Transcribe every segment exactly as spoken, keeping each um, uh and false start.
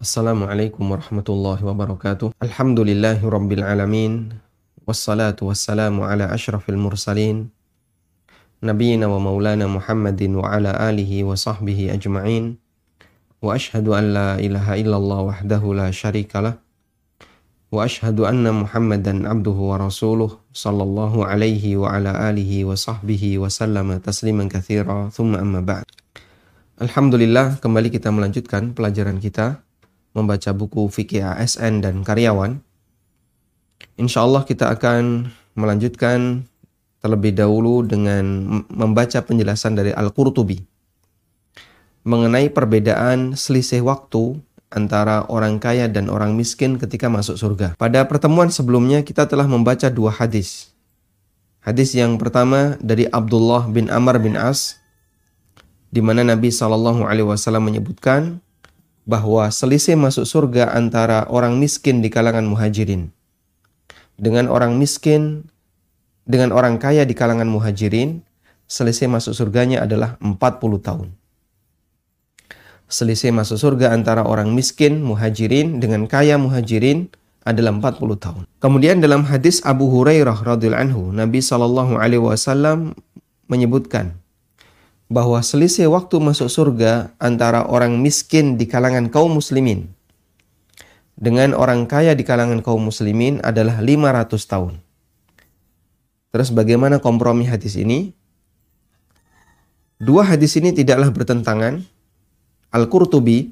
Assalamualaikum warahmatullahi wabarakatuh. Alhamdulillahi rabbil alamin. Wassalatu wassalamu ala ashrafil mursalin. Nabiyyina wa maulana Muhammadin wa ala alihi wa sahbihi ajma'in. Wa ashhadu an la ilaha illallah wahdahu la syarikalah. Wa ashhadu anna Muhammadan abduhu wa rasuluh sallallahu alaihi wa ala alihi wa sahbihi wa sallama tasliman katsira. Thumma amma ba'd. Alhamdulillah, kembali kita melanjutkan pelajaran kita membaca buku Fikih A S N dan Karyawan. Insya Allah kita akan melanjutkan terlebih dahulu dengan membaca penjelasan dari Al-Qurtubi mengenai perbedaan selisih waktu antara orang kaya dan orang miskin ketika masuk surga. Pada pertemuan sebelumnya kita telah membaca dua hadis. Hadis yang pertama dari Abdullah bin Amr bin As, di mana Nabi shallallahu alaihi wasallam menyebutkan bahwa selisih masuk surga antara orang miskin di kalangan muhajirin dengan orang miskin dengan orang kaya di kalangan muhajirin, selisih masuk surganya adalah empat puluh tahun. Selisih masuk surga antara orang miskin muhajirin dengan kaya muhajirin adalah empat puluh tahun. Kemudian dalam hadis Abu Hurairah radhiyallahu anhu, Nabi shallallahu alaihi wasallam menyebutkan bahwa selisih waktu masuk surga antara orang miskin di kalangan kaum muslimin dengan orang kaya di kalangan kaum muslimin adalah lima ratus tahun. Terus bagaimana kompromi hadis ini? Dua hadis ini tidaklah bertentangan. Al-Qurtubi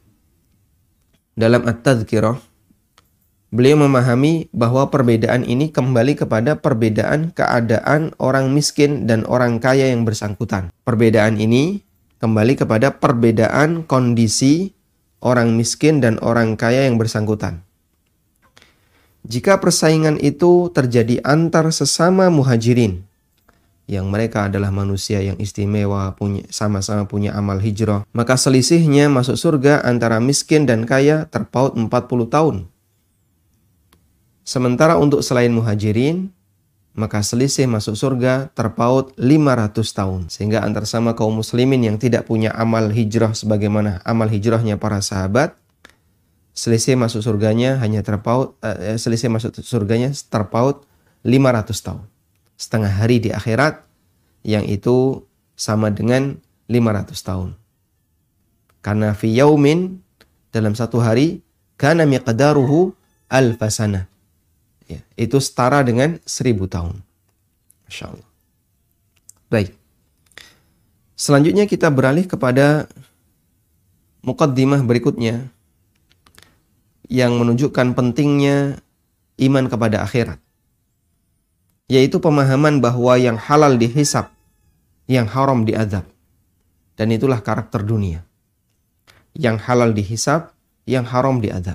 dalam At-Tadhkirah, beliau memahami bahwa perbedaan ini kembali kepada perbedaan keadaan orang miskin dan orang kaya yang bersangkutan. Perbedaan ini kembali kepada perbedaan kondisi orang miskin dan orang kaya yang bersangkutan. Jika persaingan itu terjadi antar sesama muhajirin, yang mereka adalah manusia yang istimewa, punya, sama-sama punya amal hijrah, maka selisihnya masuk surga antara miskin dan kaya terpaut empat puluh tahun. Sementara untuk selain muhajirin, maka selisih masuk surga terpaut lima ratus tahun. Sehingga antar sama kaum muslimin yang tidak punya amal hijrah sebagaimana amal hijrahnya para sahabat, selisih masuk surganya hanya terpaut, eh, selisih masuk surganya terpaut lima ratus tahun. Setengah hari di akhirat, yang itu sama dengan lima ratus tahun. Karena fi yaumin, dalam satu hari, kana miqdaruhu alfasana. Ya, itu setara dengan seribu tahun. Masya Allah. Baik. Selanjutnya kita beralih kepada muqaddimah berikutnya yang menunjukkan pentingnya iman kepada akhirat. Yaitu pemahaman bahwa yang halal dihisab, yang haram diazab. Dan itulah karakter dunia. Yang halal dihisab, yang haram diazab.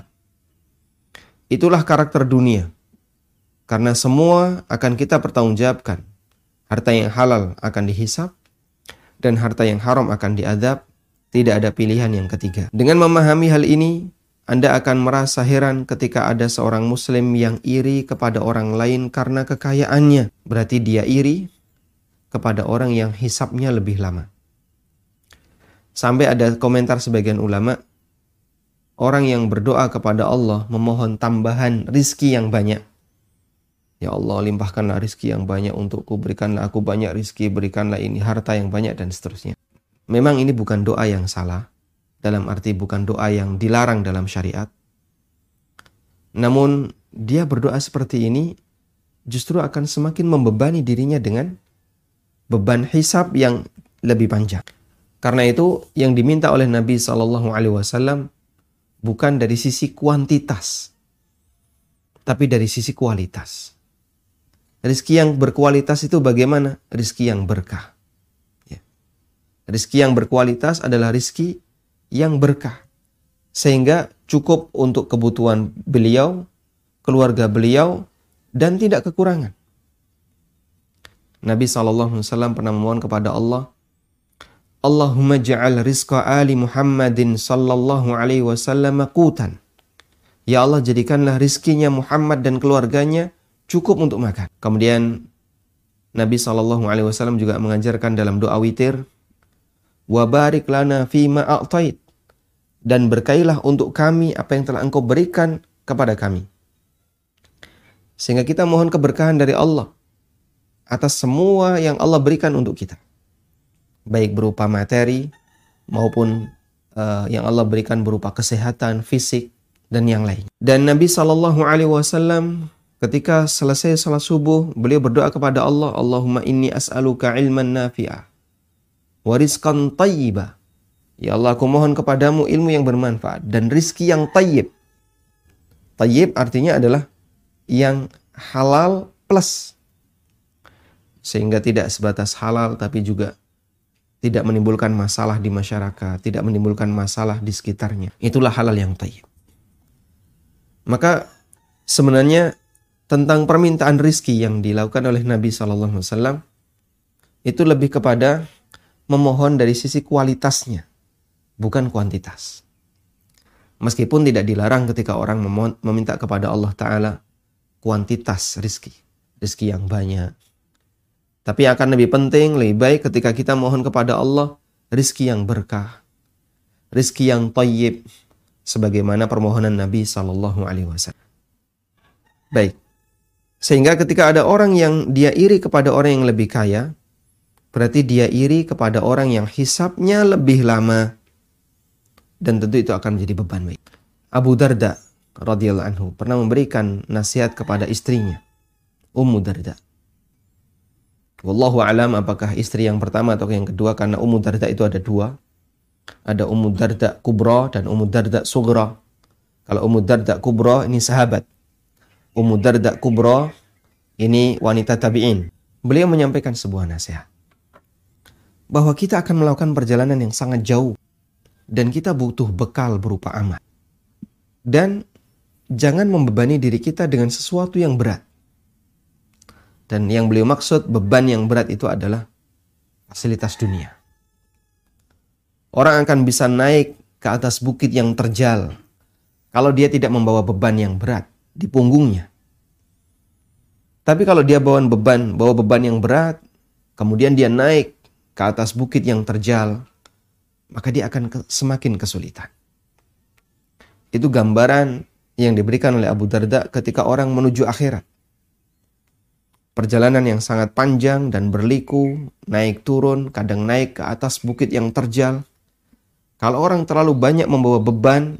Itulah karakter dunia. Karena semua akan kita pertanggungjawabkan. Harta yang halal akan dihisab dan harta yang haram akan diazab. Tidak ada pilihan yang ketiga. Dengan memahami hal ini, Anda akan merasa heran ketika ada seorang muslim yang iri kepada orang lain karena kekayaannya. Berarti dia iri kepada orang yang hisabnya lebih lama. Sampai ada komentar sebagian ulama, orang yang berdoa kepada Allah memohon tambahan rizki yang banyak. Ya Allah, limpahkanlah rizki yang banyak untukku, berikanlah aku banyak rizki, berikanlah ini harta yang banyak, dan seterusnya. Memang ini bukan doa yang salah, dalam arti bukan doa yang dilarang dalam syariat. Namun dia berdoa seperti ini justru akan semakin membebani dirinya dengan beban hisab yang lebih panjang. Karena itu yang diminta oleh Nabi shallallahu alaihi wasallam bukan dari sisi kuantitas, tapi dari sisi kualitas. Rizki yang berkualitas itu bagaimana? Rizki yang berkah. Ya. Rizki yang berkualitas adalah rizki yang berkah. Sehingga cukup untuk kebutuhan beliau, keluarga beliau, dan tidak kekurangan. Nabi shallallahu alaihi wasallam pernah memohon kepada Allah, Allahumma ja'al rizqa ali Muhammadin sallallahu alaihi wasallam qutan. Ya Allah, jadikanlah rizkinya Muhammad dan keluarganya cukup untuk makan. Kemudian Nabi shallallahu alaihi wasallam juga mengajarkan dalam doa witir, wa barik lana fima a'tait, dan berkailah untuk kami apa yang telah engkau berikan kepada kami. Sehingga kita mohon keberkahan dari Allah atas semua yang Allah berikan untuk kita. Baik berupa materi maupun uh, yang Allah berikan berupa kesehatan, fisik, dan yang lain. Dan Nabi shallallahu alaihi wasallam ketika selesai salat subuh, beliau berdoa kepada Allah, Allahumma inni as'aluka ilman nafi'ah wa rizqan tayyiba. Ya Allah, aku mohon kepadamu ilmu yang bermanfaat dan rizki yang tayyib. Tayyib artinya adalah yang halal plus. Sehingga tidak sebatas halal tapi juga tidak menimbulkan masalah di masyarakat, tidak menimbulkan masalah di sekitarnya. Itulah halal yang tayyib. Maka sebenarnya tentang permintaan rizki yang dilakukan oleh Nabi shallallahu alaihi wasallam itu lebih kepada memohon dari sisi kualitasnya, bukan kuantitas. Meskipun tidak dilarang ketika orang memohon, meminta kepada Allah Ta'ala kuantitas rizki, rizki yang banyak. Tapi akan lebih penting, lebih baik ketika kita mohon kepada Allah rizki yang berkah, rizki yang tayyib, sebagaimana permohonan Nabi shallallahu alaihi wasallam. Baik. Sehingga ketika ada orang yang dia iri kepada orang yang lebih kaya, berarti dia iri kepada orang yang hisabnya lebih lama. Dan tentu itu akan menjadi beban. Abu Darda radhiyallahu anhu pernah memberikan nasihat kepada istrinya, Ummu Darda. Wallahu alam apakah istri yang pertama atau yang kedua, karena Ummu Darda itu ada dua. Ada Ummu Darda Kubra dan Ummu Darda Sugra. Kalau Ummu Darda Kubra ini sahabat. Ummu Darda Kubra ini wanita tabi'in. Beliau menyampaikan sebuah nasihat. Bahwa kita akan melakukan perjalanan yang sangat jauh. Dan kita butuh bekal berupa amal. Dan jangan membebani diri kita dengan sesuatu yang berat. Dan yang beliau maksud beban yang berat itu adalah fasilitas dunia. Orang akan bisa naik ke atas bukit yang terjal kalau dia tidak membawa beban yang berat di punggungnya. Tapi kalau dia bawa beban, bawa beban yang berat, kemudian dia naik ke atas bukit yang terjal, maka dia akan ke, semakin kesulitan. Itu gambaran yang diberikan oleh Abu Darda ketika orang menuju akhirat. Perjalanan yang sangat panjang dan berliku, naik turun, kadang naik ke atas bukit yang terjal. Kalau orang terlalu banyak membawa beban,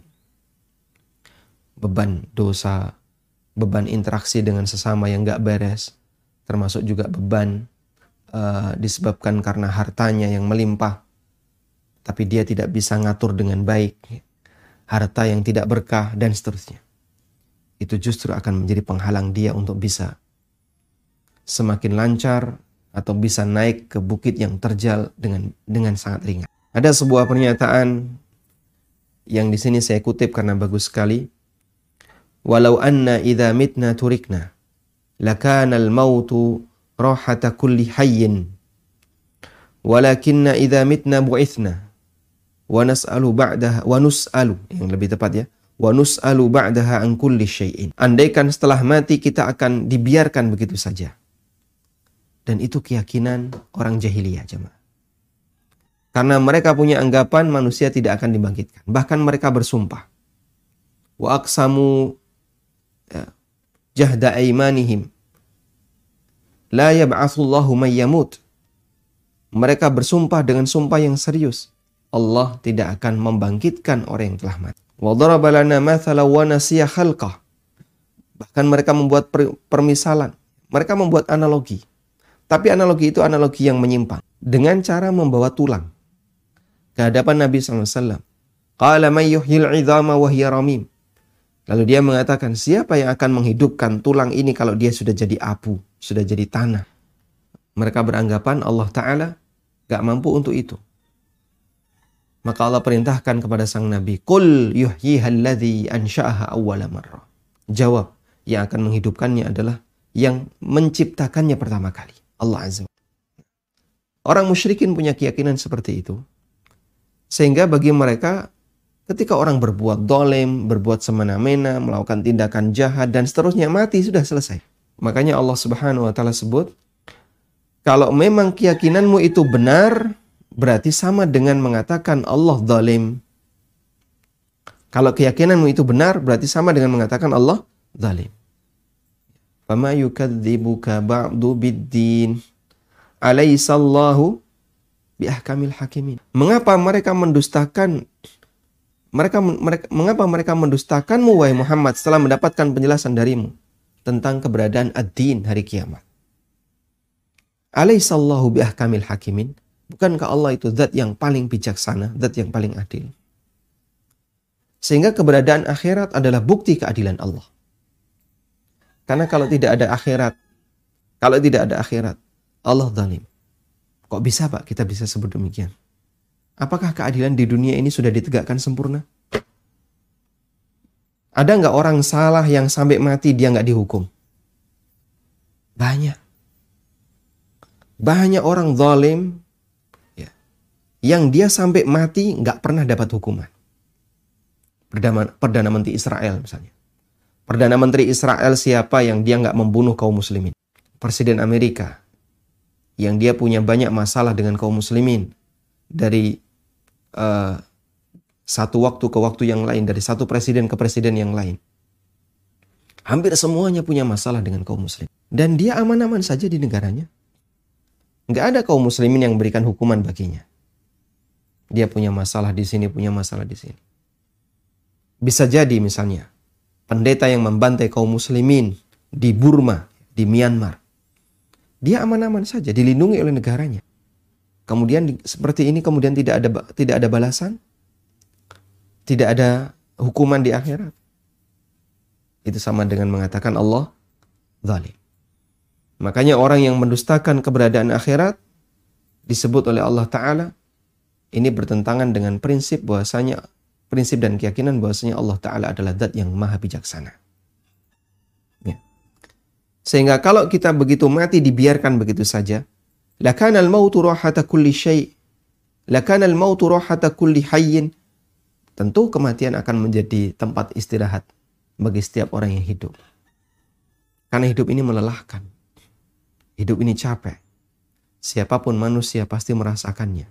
beban dosa, beban interaksi dengan sesama yang gak beres, termasuk juga beban uh, disebabkan karena hartanya yang melimpah, tapi dia tidak bisa ngatur dengan baik, harta yang tidak berkah, dan seterusnya. Itu justru akan menjadi penghalang dia untuk bisa semakin lancar atau bisa naik ke bukit yang terjal dengan dengan sangat ringan. Ada sebuah pernyataan yang di sini saya kutip karena bagus sekali. Walau anna idza mitna turikna lakana al-mautu rahata kulli hayyin walakinna idza mitna bu'ithna wa nas'alu ba'daha wa nus'alu, yang lebih tepat ya, wa nus'alu ba'daha an kulli syai'in. Andaikan setelah mati kita akan dibiarkan begitu saja. Dan itu keyakinan orang jahiliyah, jemaah. Karena mereka punya anggapan manusia tidak akan dibangkitkan. Bahkan mereka bersumpah. Wa aqsamu ya, jahda aimanihim la yab'atsullahu man yamut. Mereka bersumpah dengan sumpah yang serius. Allah tidak akan membangkitkan orang yang telah mati. Wa daraba lana mathalan wa nasiya khalqah. Bahkan mereka membuat per- permisalan. Mereka membuat analogi. Tapi analogi itu analogi yang menyimpang. Dengan cara membawa tulang ke hadapan Nabi shallallahu alaihi wasallam. Qala may yuhyil 'idhama wa hiya ramim. Lalu dia mengatakan, siapa yang akan menghidupkan tulang ini kalau dia sudah jadi abu, sudah jadi tanah? Mereka beranggapan Allah Ta'ala gak mampu untuk itu. Maka Allah perintahkan kepada sang Nabi, Qul yuhyihal-ladzi ansha'aha awwala marrah. Jawab, yang akan menghidupkannya adalah yang menciptakannya pertama kali, Allah Azza wa Jalla. Orang musyrikin punya keyakinan seperti itu. Sehingga bagi mereka, ketika orang berbuat dolim, berbuat semena-mena, melakukan tindakan jahat, dan seterusnya, mati, sudah selesai. Makanya Allah Subhanahu wa Ta'ala sebut, kalau memang keyakinanmu itu benar, berarti sama dengan mengatakan Allah dolim. Kalau keyakinanmu itu benar, berarti sama dengan mengatakan Allah zalim. Fama yukadzibuka ba'du biddin alaihissallahu biahkamil hakimin. Mengapa mereka mendustakan mereka, mereka mengapa mereka mendustakanmu wahai Muhammad setelah mendapatkan penjelasan darimu tentang keberadaan ad-din hari kiamat? Alaihissallahu biahkamil hakimin. Bukankah Allah itu zat yang paling bijaksana, zat yang paling adil? Sehingga keberadaan akhirat adalah bukti keadilan Allah. Karena kalau tidak ada akhirat, kalau tidak ada akhirat, Allah zalim. Kok bisa Pak kita bisa sebut demikian? Apakah keadilan di dunia ini sudah ditegakkan sempurna? Ada nggak orang salah yang sampai mati dia nggak dihukum? Banyak. Banyak orang zalim ya, yang dia sampai mati nggak pernah dapat hukuman. Perdana, Perdana Menteri Israel misalnya. Perdana Menteri Israel siapa yang dia nggak membunuh kaum muslimin? Presiden Amerika yang dia punya banyak masalah dengan kaum muslimin dari uh, satu waktu ke waktu yang lain, dari satu presiden ke presiden yang lain. Hampir semuanya punya masalah dengan kaum muslim. Dan dia aman-aman saja di negaranya. Nggak ada kaum muslimin yang memberikan hukuman baginya. Dia punya masalah di sini, punya masalah di sini. Bisa jadi misalnya pendeta yang membantai kaum muslimin di Burma, di Myanmar. Dia aman-aman saja, dilindungi oleh negaranya. Kemudian seperti ini kemudian tidak ada tidak ada balasan, tidak ada hukuman di akhirat. Itu sama dengan mengatakan Allah zalim. Makanya orang yang mendustakan keberadaan akhirat disebut oleh Allah Ta'ala ini bertentangan dengan prinsip bahwasanya prinsip dan keyakinan bahwasanya Allah Ta'ala adalah zat yang maha bijaksana. Ya. Sehingga kalau kita begitu mati dibiarkan begitu saja, lakana al-mautu rahata kulli syai', lakana al-mautu rahata kulli hayyin. Tentu kematian akan menjadi tempat istirahat bagi setiap orang yang hidup. Karena hidup ini melelahkan. Hidup ini capek. Siapapun manusia pasti merasakannya.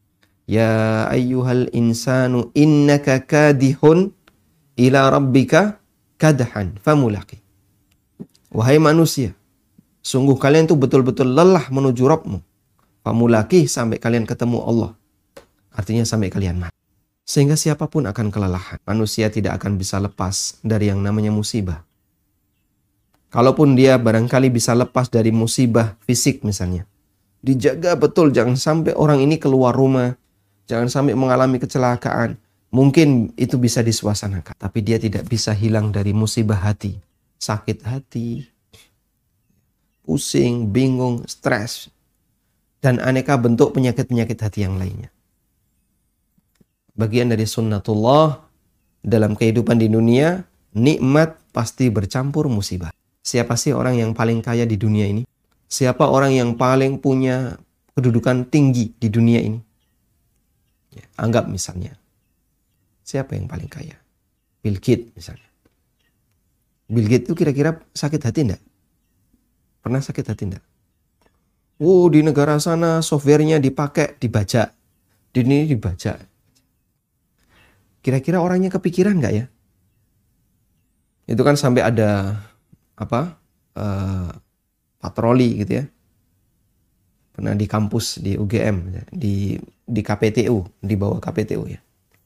Ya ayyuhal insanu innaka kadihun ila rabbika kadhan famulaqi. Wahai manusia, sungguh kalian tuh betul-betul lelah menuju Rabbmu. Famulaqi, sampai kalian ketemu Allah. Artinya sampai kalian mati. Sehingga siapapun akan kelelahan. Manusia tidak akan bisa lepas dari yang namanya musibah. Kalaupun dia barangkali bisa lepas dari musibah fisik misalnya. Dijaga betul jangan sampai orang ini keluar rumah. Jangan sampai mengalami kecelakaan. Mungkin itu bisa disuasanakan. Tapi dia tidak bisa hilang dari musibah hati. Sakit hati. Pusing, bingung, stres. Dan aneka bentuk penyakit-penyakit hati yang lainnya. Bagian dari sunnatullah dalam kehidupan di dunia. Nikmat pasti bercampur musibah. Siapa sih orang yang paling kaya di dunia ini? Siapa orang yang paling punya kedudukan tinggi di dunia ini? Ya, anggap misalnya, siapa yang paling kaya? Bill Gates misalnya. Bill Gates itu kira-kira sakit hati enggak? Pernah sakit hati enggak? Oh, di negara sana softwarenya dipakai, dibajak. Di sini dibajak. Kira-kira orangnya kepikiran enggak ya? Itu kan sampai ada apa? Uh, patroli gitu ya. Pernah di kampus di U G M, di di K P T U, di bawah K P T U ya.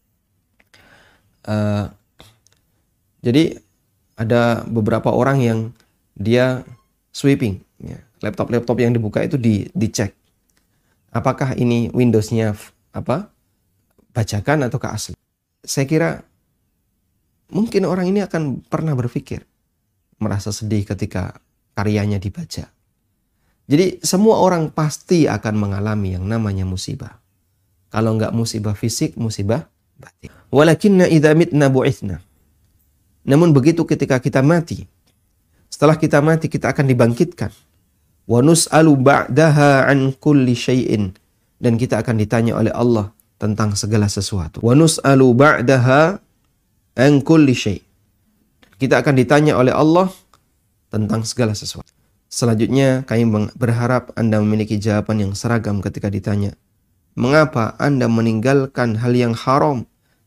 Uh, jadi ada beberapa orang yang dia sweeping, ya. Laptop-laptop yang dibuka itu di dicek. Apakah ini Windows-nya apa? Bajakan ataukah asli? Saya kira mungkin orang ini akan pernah berpikir, merasa sedih ketika karyanya dibajak. Jadi semua orang pasti akan mengalami yang namanya musibah. Kalau enggak musibah fisik, musibah batin. Walakinna idza mitna bu'itsna. Namun begitu ketika kita mati, setelah kita mati kita akan dibangkitkan. Wa nus'alu ba'daha an kulli syai'in. Dan kita akan ditanya oleh Allah tentang segala sesuatu. Wa nus'alu ba'daha an kulli syai'. Kita akan ditanya oleh Allah tentang segala sesuatu. Selanjutnya kami berharap Anda memiliki jawaban yang seragam ketika ditanya, mengapa Anda meninggalkan hal yang haram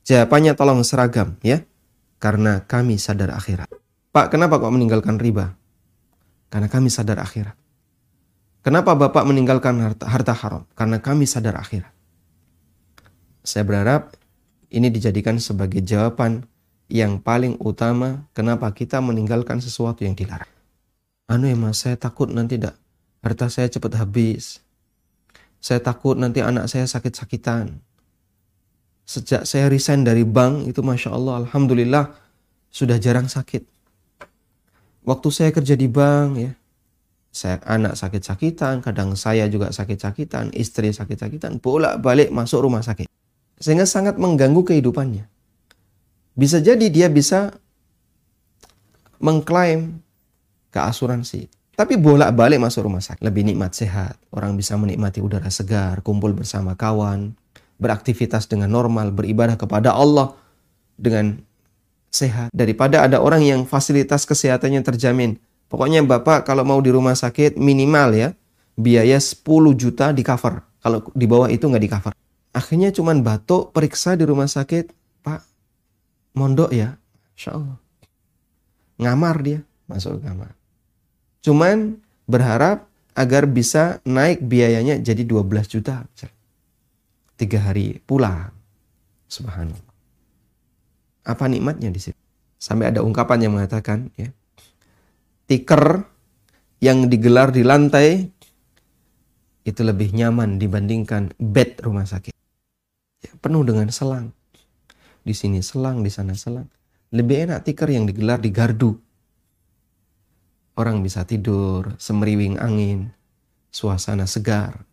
Jawabannya tolong seragam ya. Karena kami sadar akhirat. Pak, kenapa kok meninggalkan riba? Karena kami sadar akhirat. Kenapa Bapak meninggalkan harta, harta haram? Karena kami sadar akhirat. Saya berharap ini dijadikan sebagai jawaban yang paling utama kenapa kita meninggalkan sesuatu yang dilarang. Anu ya mas, saya takut nanti dak, harta saya cepat habis. Saya takut nanti anak saya sakit-sakitan. Sejak saya resign dari bank itu Masya Allah, Alhamdulillah sudah jarang sakit. Waktu saya kerja di bank ya, saya anak sakit-sakitan, kadang saya juga sakit-sakitan, istri sakit-sakitan, bolak-balik masuk rumah sakit. Sehingga sangat mengganggu kehidupannya. Bisa jadi dia bisa mengklaim ke asuransi, tapi bolak-balik masuk rumah sakit. Lebih nikmat sehat, orang bisa menikmati udara segar, kumpul bersama kawan, beraktivitas dengan normal, beribadah kepada Allah dengan sehat, daripada ada orang yang fasilitas kesehatannya terjamin. Pokoknya Bapak kalau mau di rumah sakit minimal ya biaya sepuluh juta di cover. Kalau di bawah itu nggak di cover. Akhirnya cuman batuk, periksa di rumah sakit, Pak mondok ya, Insya Allah. Ngamar dia, masuk kamar. Cuman berharap agar bisa naik biayanya jadi dua belas juta. Tiga hari pulang. Subhanallah. Apa nikmatnya di situ? Sampai ada ungkapan yang mengatakan, ya, tikar yang digelar di lantai itu lebih nyaman dibandingkan bed rumah sakit. Ya, penuh dengan selang. Di sini selang, di sana selang. Lebih enak tikar yang digelar di gardu. Orang bisa tidur, semeriwing angin, suasana segar.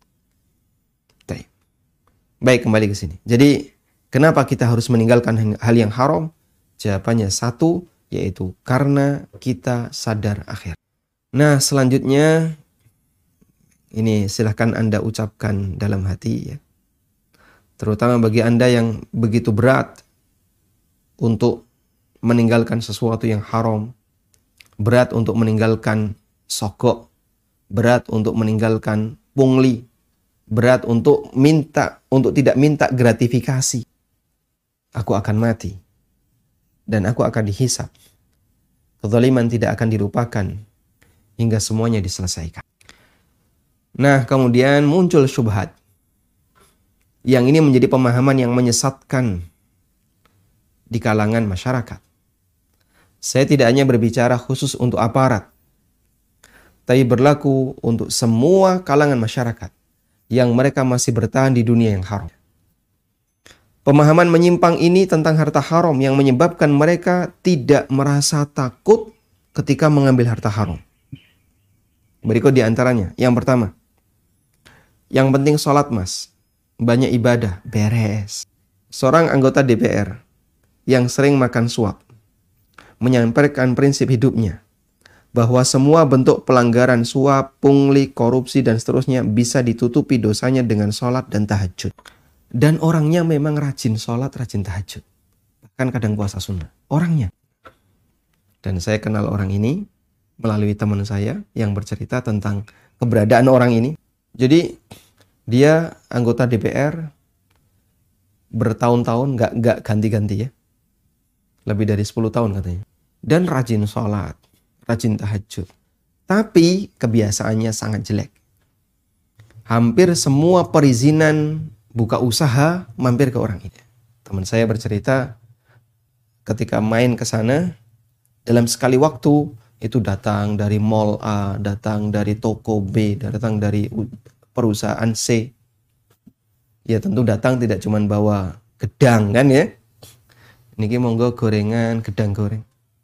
Baik, kembali ke sini. Jadi, kenapa kita harus meninggalkan hal yang haram? Jawabannya satu, yaitu karena kita sadar akhirat. Nah, selanjutnya, ini silahkan Anda ucapkan dalam hati ya. Terutama bagi Anda yang begitu berat untuk meninggalkan sesuatu yang haram, berat untuk meninggalkan sogok, berat untuk meninggalkan pungli, berat untuk minta, untuk tidak minta gratifikasi. Aku akan mati dan aku akan dihisab. Kezaliman tidak akan dilupakan hingga semuanya diselesaikan. Nah, kemudian muncul syubhat. Yang ini menjadi pemahaman yang menyesatkan di kalangan masyarakat. Saya tidak hanya berbicara khusus untuk aparat, tapi berlaku untuk semua kalangan masyarakat yang mereka masih bertahan di dunia yang haram. Pemahaman menyimpang ini tentang harta haram yang menyebabkan mereka tidak merasa takut ketika mengambil harta haram. Berikut di antaranya. Yang pertama, yang penting sholat mas, banyak ibadah, beres. Seorang anggota D P R yang sering makan suap menyampaikan prinsip hidupnya bahwa semua bentuk pelanggaran suap, pungli, korupsi, dan seterusnya bisa ditutupi dosanya dengan sholat dan tahajud. Dan orangnya memang rajin sholat, rajin tahajud. Bahkan kadang puasa sunnah. Orangnya. Dan saya kenal orang ini melalui teman saya yang bercerita tentang keberadaan orang ini. Jadi dia anggota D P R bertahun-tahun gak, gak ganti-ganti ya. Lebih dari sepuluh tahun katanya. Dan rajin sholat, rajin tahajud. Tapi kebiasaannya sangat jelek. Hampir semua perizinan buka usaha mampir ke orang ini. Teman saya bercerita ketika main ke sana, dalam sekali waktu itu datang dari mall A, datang dari toko B, datang dari perusahaan C. Ya tentu datang tidak cuma bawa gedang kan ya. Niki monggo gorengan, gedang goreng.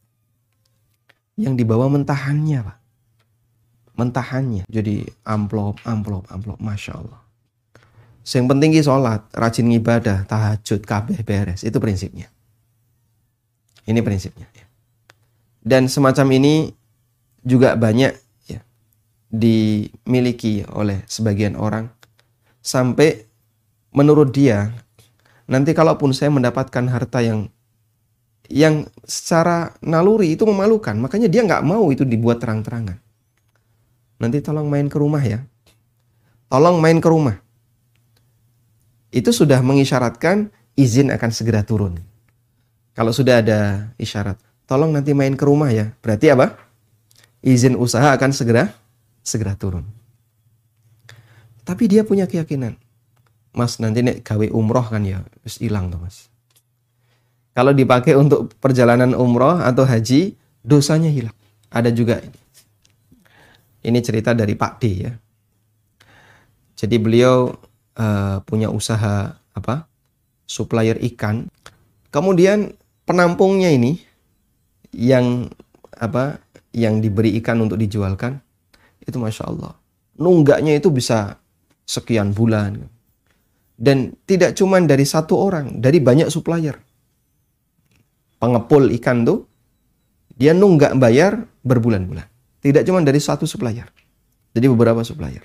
Yang dibawa mentahannya Pak. Mentahannya. Jadi amplop, amplop, amplop. Masya Allah. Yang penting ki sholat, rajin ibadah, tahajud, kabeh beres. Itu prinsipnya. Ini prinsipnya. Dan semacam ini juga banyak ya, dimiliki oleh sebagian orang. Sampai menurut dia, nanti kalaupun saya mendapatkan harta yang yang secara naluri itu memalukan, makanya dia nggak mau itu dibuat terang-terangan. Nanti tolong main ke rumah ya. Tolong main ke rumah. Itu sudah mengisyaratkan izin akan segera turun. Kalau sudah ada isyarat, tolong nanti main ke rumah ya. Berarti apa? Izin usaha akan segera segera turun. Tapi dia punya keyakinan, Mas nanti nek gawe umroh kan ya, terus hilang tuh Mas. Kalau dipakai untuk perjalanan umroh atau haji, dosanya hilang. Ada juga ini. Ini cerita dari Pak D ya. Jadi beliau uh, punya usaha apa? Supplier ikan. Kemudian penampungnya ini yang apa? Yang diberi ikan untuk dijualkan, itu Masya Allah. Nunggaknya itu bisa sekian bulan. Dan tidak cuma dari satu orang, dari banyak supplier. Pengepul ikan tuh, dia nunggak bayar berbulan-bulan. Tidak cuma dari satu supplier. Jadi beberapa supplier.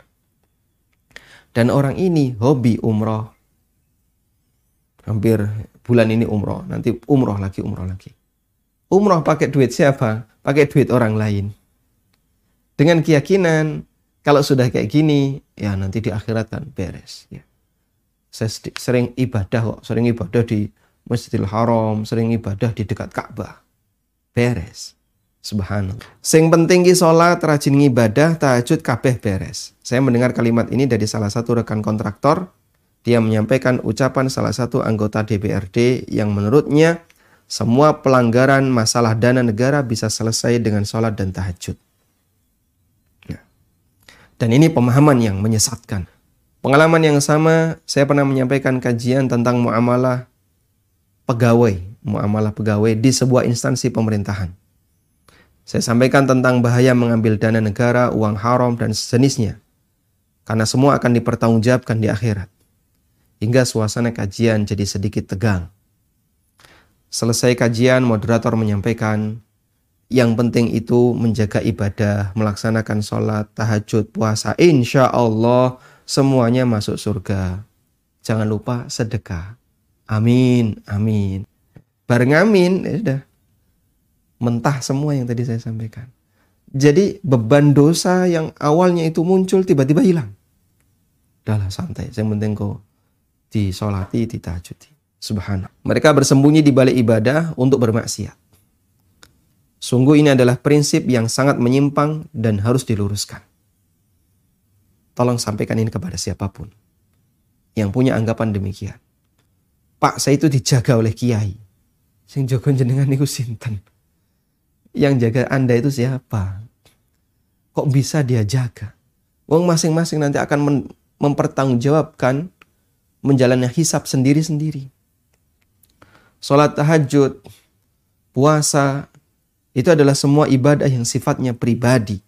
Dan orang ini hobi umroh. Hampir bulan ini umroh, nanti umroh lagi, umroh lagi. Umroh pakai duit siapa? Pakai duit orang lain. Dengan keyakinan, kalau sudah kayak gini, ya nanti di akhirat kan beres. Ya. Saya sering ibadah kok, sering ibadah di Masjidil Haram, sering ibadah di dekat Ka'bah. Beres. Subhanallah. Sing penting ki sholat, rajin ibadah, tahajud, kabeh beres. Saya mendengar kalimat ini dari salah satu rekan kontraktor. Dia menyampaikan ucapan salah satu anggota D P R D yang menurutnya semua pelanggaran masalah dana negara bisa selesai dengan sholat dan tahajud. Nah. Dan ini pemahaman yang menyesatkan. Pengalaman yang sama, saya pernah menyampaikan kajian tentang muamalah pegawai, muamalah pegawai di sebuah instansi pemerintahan. Saya sampaikan tentang bahaya mengambil dana negara, uang haram, dan sejenisnya. Karena semua akan dipertanggungjawabkan di akhirat. Hingga suasana kajian jadi sedikit tegang. Selesai kajian, moderator menyampaikan, yang penting itu menjaga ibadah, melaksanakan sholat, tahajud, puasa. Insya Allah semuanya masuk surga. Jangan lupa sedekah. Amin, amin. Bareng amin, ya sudah. Mentah semua yang tadi saya sampaikan. Jadi beban dosa yang awalnya itu muncul tiba-tiba hilang. Udahlah santai, yang penting kau disolati, ditahajuti. Subhanallah. Mereka bersembunyi di balik ibadah untuk bermaksiat. Sungguh ini adalah prinsip yang sangat menyimpang dan harus diluruskan. Tolong sampaikan ini kepada siapapun yang punya anggapan demikian. Pak, saya itu dijaga oleh kiai. Sing jaga jenengan niku sinten? Yang jaga Anda itu siapa? Kok bisa dia jaga? Wong masing-masing nanti akan men- mempertanggungjawabkan menjalani hisab sendiri-sendiri. Salat tahajud, puasa, itu adalah semua ibadah yang sifatnya pribadi.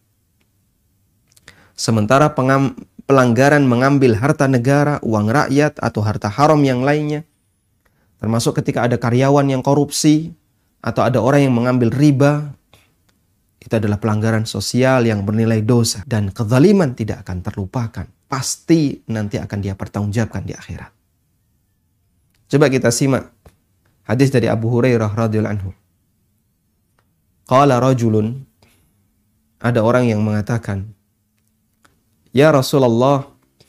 Sementara pengam- pelanggaran mengambil harta negara, uang rakyat, atau harta haram yang lainnya, termasuk ketika ada karyawan yang korupsi, atau ada orang yang mengambil riba, itu adalah pelanggaran sosial yang bernilai dosa. Dan kezaliman tidak akan terlupakan. Pasti nanti akan dia pertanggungjawabkan di akhirat. Coba kita simak hadis dari Abu Hurairah radhiyallahu anhu. Qala rajulun, ada orang yang mengatakan, Ya Rasulullah,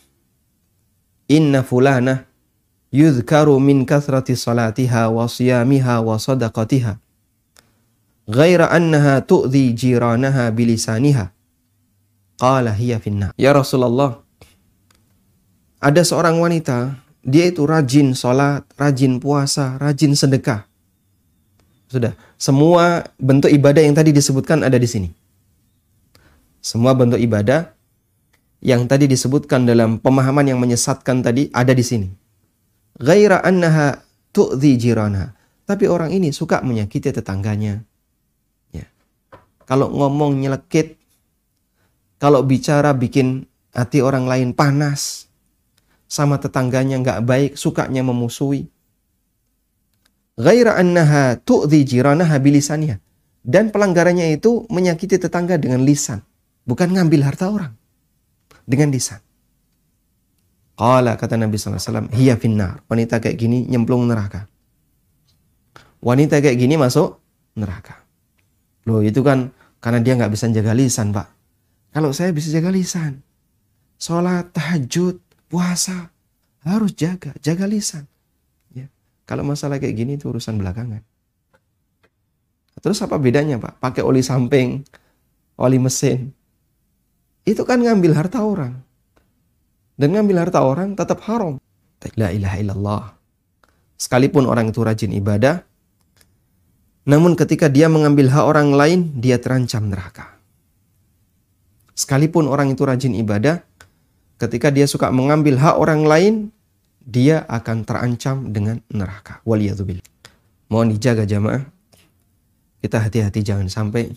inna fulana yudhkaru min kathrati salatiha wa siyamiha wa sadaqatiha ghaira annaha tu'dhi jiranaha bilisaniha. Qala hiya finnar. Ya Rasulullah, ada seorang wanita, dia itu rajin sholat, rajin puasa, rajin sedekah. Sudah, semua bentuk ibadah yang tadi disebutkan ada di sini. Semua bentuk ibadah yang tadi disebutkan dalam pemahaman yang menyesatkan tadi ada di sini. Ghaira annaha tu'dhi jiranaha. Tapi orang ini suka menyakiti tetangganya. Ya. Kalau ngomong nyelekit, kalau bicara bikin hati orang lain panas, sama tetangganya nggak baik, sukanya memusuhi. Ghaira annaha tu'dhi jiranaha bilisaniha. Dan pelanggarannya itu menyakiti tetangga dengan lisan, bukan ngambil harta orang, dengan lisan. Qala, kata Nabi sallallahu alaihi wasallam, hiya finnar. Wanita kayak gini nyemplung neraka. Wanita kayak gini masuk neraka. Loh, itu kan karena dia nggak bisa jaga lisan, Pak. Kalau saya bisa jaga lisan, sholat, tahajud, puasa, harus jaga, jaga lisan. Ya. Kalau masalah kayak gini itu urusan belakangan. Terus apa bedanya Pak? Pakai oli samping, oli mesin. Itu kan ngambil harta orang. Dan ngambil harta orang tetap haram. La ilaha illallah. Sekalipun orang itu rajin ibadah, namun ketika dia mengambil hak orang lain, dia terancam neraka. Sekalipun orang itu rajin ibadah, ketika dia suka mengambil hak orang lain, dia akan terancam dengan neraka. Waliyadzubillah. Mohon dijaga jamaah. Kita hati-hati jangan sampai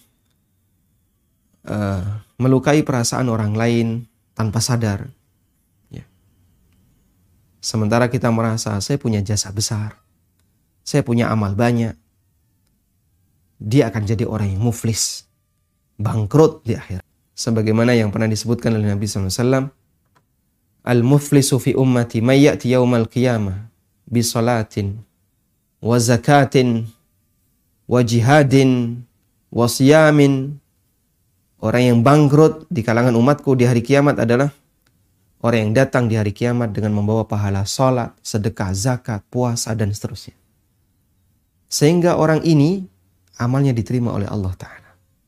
uh, melukai perasaan orang lain tanpa sadar. Ya. Sementara kita merasa saya punya jasa besar, saya punya amal banyak, dia akan jadi orang yang muflis, bangkrut di akhir. Sebagaimana yang pernah disebutkan oleh Nabi sallallahu alaihi wasallam, al-muflisu fi ummati may ya'ti yaumal qiyamah bi salatin wa zakatin wa jihadin wa siyamin. Orang yang bangkrut di kalangan umatku di hari kiamat adalah orang yang datang di hari kiamat dengan membawa pahala salat, sedekah, zakat, puasa dan seterusnya. Sehingga orang ini amalnya diterima oleh Allah Ta'ala.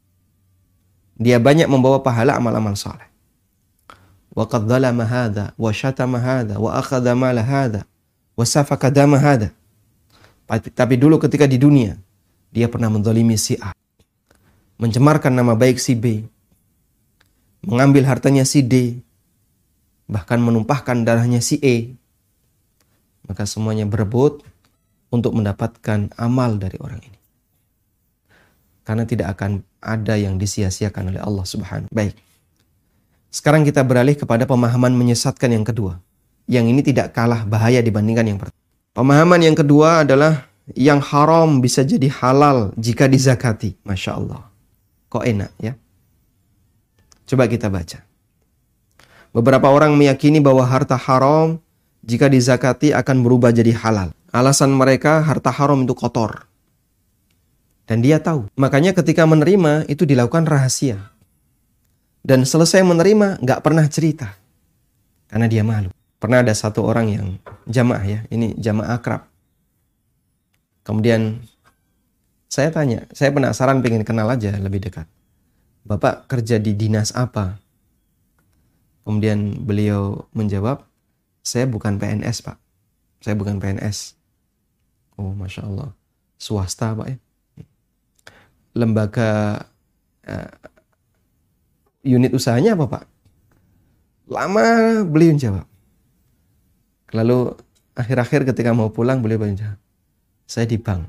Dia banyak membawa pahala amal-amal saleh. Wa qad dzalama hadza wa syatama hadza wa akhadha mala hadza wa safaka dama hadza. Tapi dulu ketika di dunia dia pernah menzalimi si A, mencemarkan nama baik si B, mengambil hartanya si D, bahkan menumpahkan darahnya si E. Maka semuanya berebut untuk mendapatkan amal dari orang ini. Karena tidak akan ada yang disia-siakan oleh Allah Subhanahu. Baik. Sekarang kita beralih kepada pemahaman menyesatkan yang kedua. Yang ini tidak kalah bahaya dibandingkan yang pertama. Pemahaman yang kedua adalah yang haram bisa jadi halal jika dizakati. Masya Allah. Kok enak ya? Coba kita baca. Beberapa orang meyakini bahwa harta haram jika dizakati akan berubah jadi halal. Alasan mereka harta haram itu kotor. Dan dia tahu. Makanya ketika menerima itu dilakukan rahasia. Dan selesai menerima nggak pernah cerita. Karena dia malu. Pernah ada satu orang yang jamaah ya. Ini jamaah akrab. Kemudian saya tanya. Saya penasaran pengen kenal aja lebih dekat. Bapak kerja di dinas apa? Kemudian beliau menjawab. Saya bukan P N S Pak. Saya bukan P N S. Oh Masya Allah. Swasta Pak ya. Lembaga uh, unit usahanya apa Pak? Lama beliau jawab. Lalu akhir-akhir ketika mau pulang beliau jawab, saya di bank.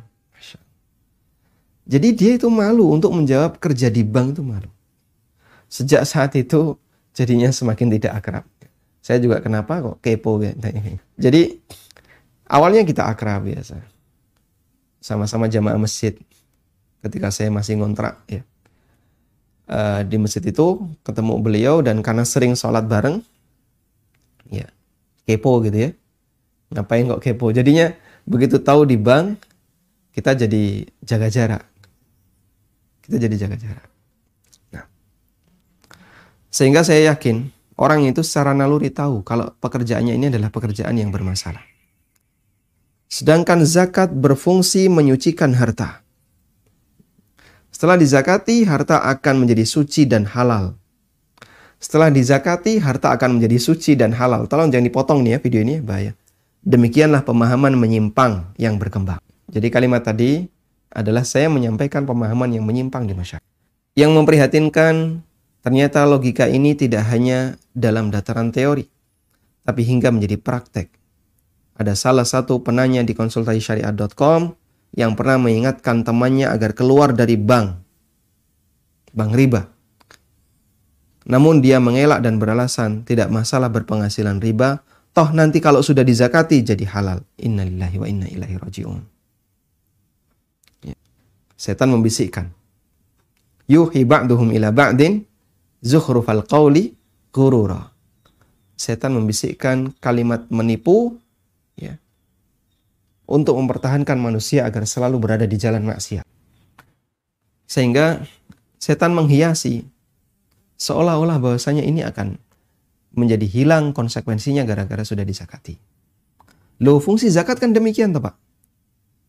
Jadi dia itu malu untuk menjawab kerja di bank itu malu. Sejak saat itu jadinya semakin tidak akrab. Saya juga kenapa kok kepo gitu. Jadi awalnya kita akrab biasa. Sama-sama jamaah masjid. Ketika saya masih ngontrak ya. Uh, di masjid itu ketemu beliau dan karena sering sholat bareng ya kepo gitu ya. Ngapain kok kepo? Jadinya begitu tahu di bank kita jadi jaga jarak. Kita jadi jaga jarak. Nah, sehingga saya yakin orang itu secara naluri tahu kalau pekerjaannya ini adalah pekerjaan yang bermasalah. Sedangkan zakat berfungsi menyucikan harta. Setelah dizakati, harta akan menjadi suci dan halal. Setelah dizakati, harta akan menjadi suci dan halal. Tolong jangan dipotong nih ya video ini, bahaya. Demikianlah pemahaman menyimpang yang berkembang. Jadi kalimat tadi adalah saya menyampaikan pemahaman yang menyimpang di masyarakat. Yang memprihatinkan, ternyata logika ini tidak hanya dalam dataran teori, tapi hingga menjadi praktek. Ada salah satu penanya di konsultasi syariat dot com yang pernah mengingatkan temannya agar keluar dari bank, bank riba. Namun dia mengelak dan beralasan tidak masalah berpenghasilan riba, toh nanti kalau sudah dizakati jadi halal. Innalillahi wa inna ilaihi raji'un. Ya. Setan membisikkan. Yuhi ba'duhum ila ba'din zukhrufal qawli ghurura. Setan membisikkan kalimat menipu ya, untuk mempertahankan manusia agar selalu berada di jalan maksiat. Sehingga setan menghiasi seolah-olah bahwasanya ini akan menjadi hilang konsekuensinya gara-gara sudah dizakati. Loh, fungsi zakat kan demikian toh Pak.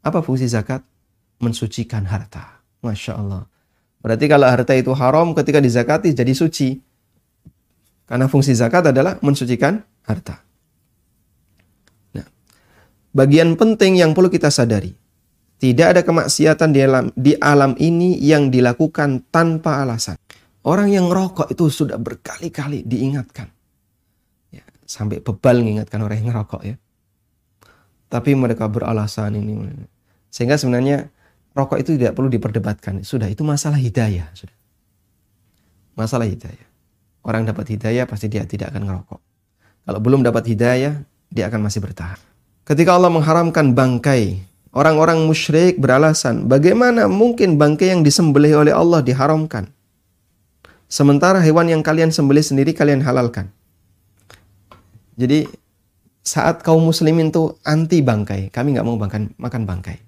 Apa fungsi zakat? Mensucikan harta. Masya Allah. Berarti kalau harta itu haram ketika dizakati jadi suci. Karena fungsi zakat adalah mensucikan harta. Nah, bagian penting yang perlu kita sadari. Tidak ada kemaksiatan di alam, di alam ini yang dilakukan tanpa alasan. Orang yang ngerokok itu sudah berkali-kali diingatkan. Ya, sampai bebal mengingatkan orang yang ngerokok ya. Tapi mereka beralasan ini. Sehingga sebenarnya rokok itu tidak perlu diperdebatkan. Sudah, itu masalah hidayah. Sudah. Masalah hidayah. Orang dapat hidayah pasti dia tidak akan ngerokok. Kalau belum dapat hidayah, dia akan masih bertahan. Ketika Allah mengharamkan bangkai, orang-orang musyrik beralasan, bagaimana mungkin bangkai yang disembelih oleh Allah diharamkan? Sementara hewan yang kalian sembelih sendiri kalian halalkan. Jadi saat kaum muslimin tuh anti bangkai, kami nggak mau makan, makan bangkai.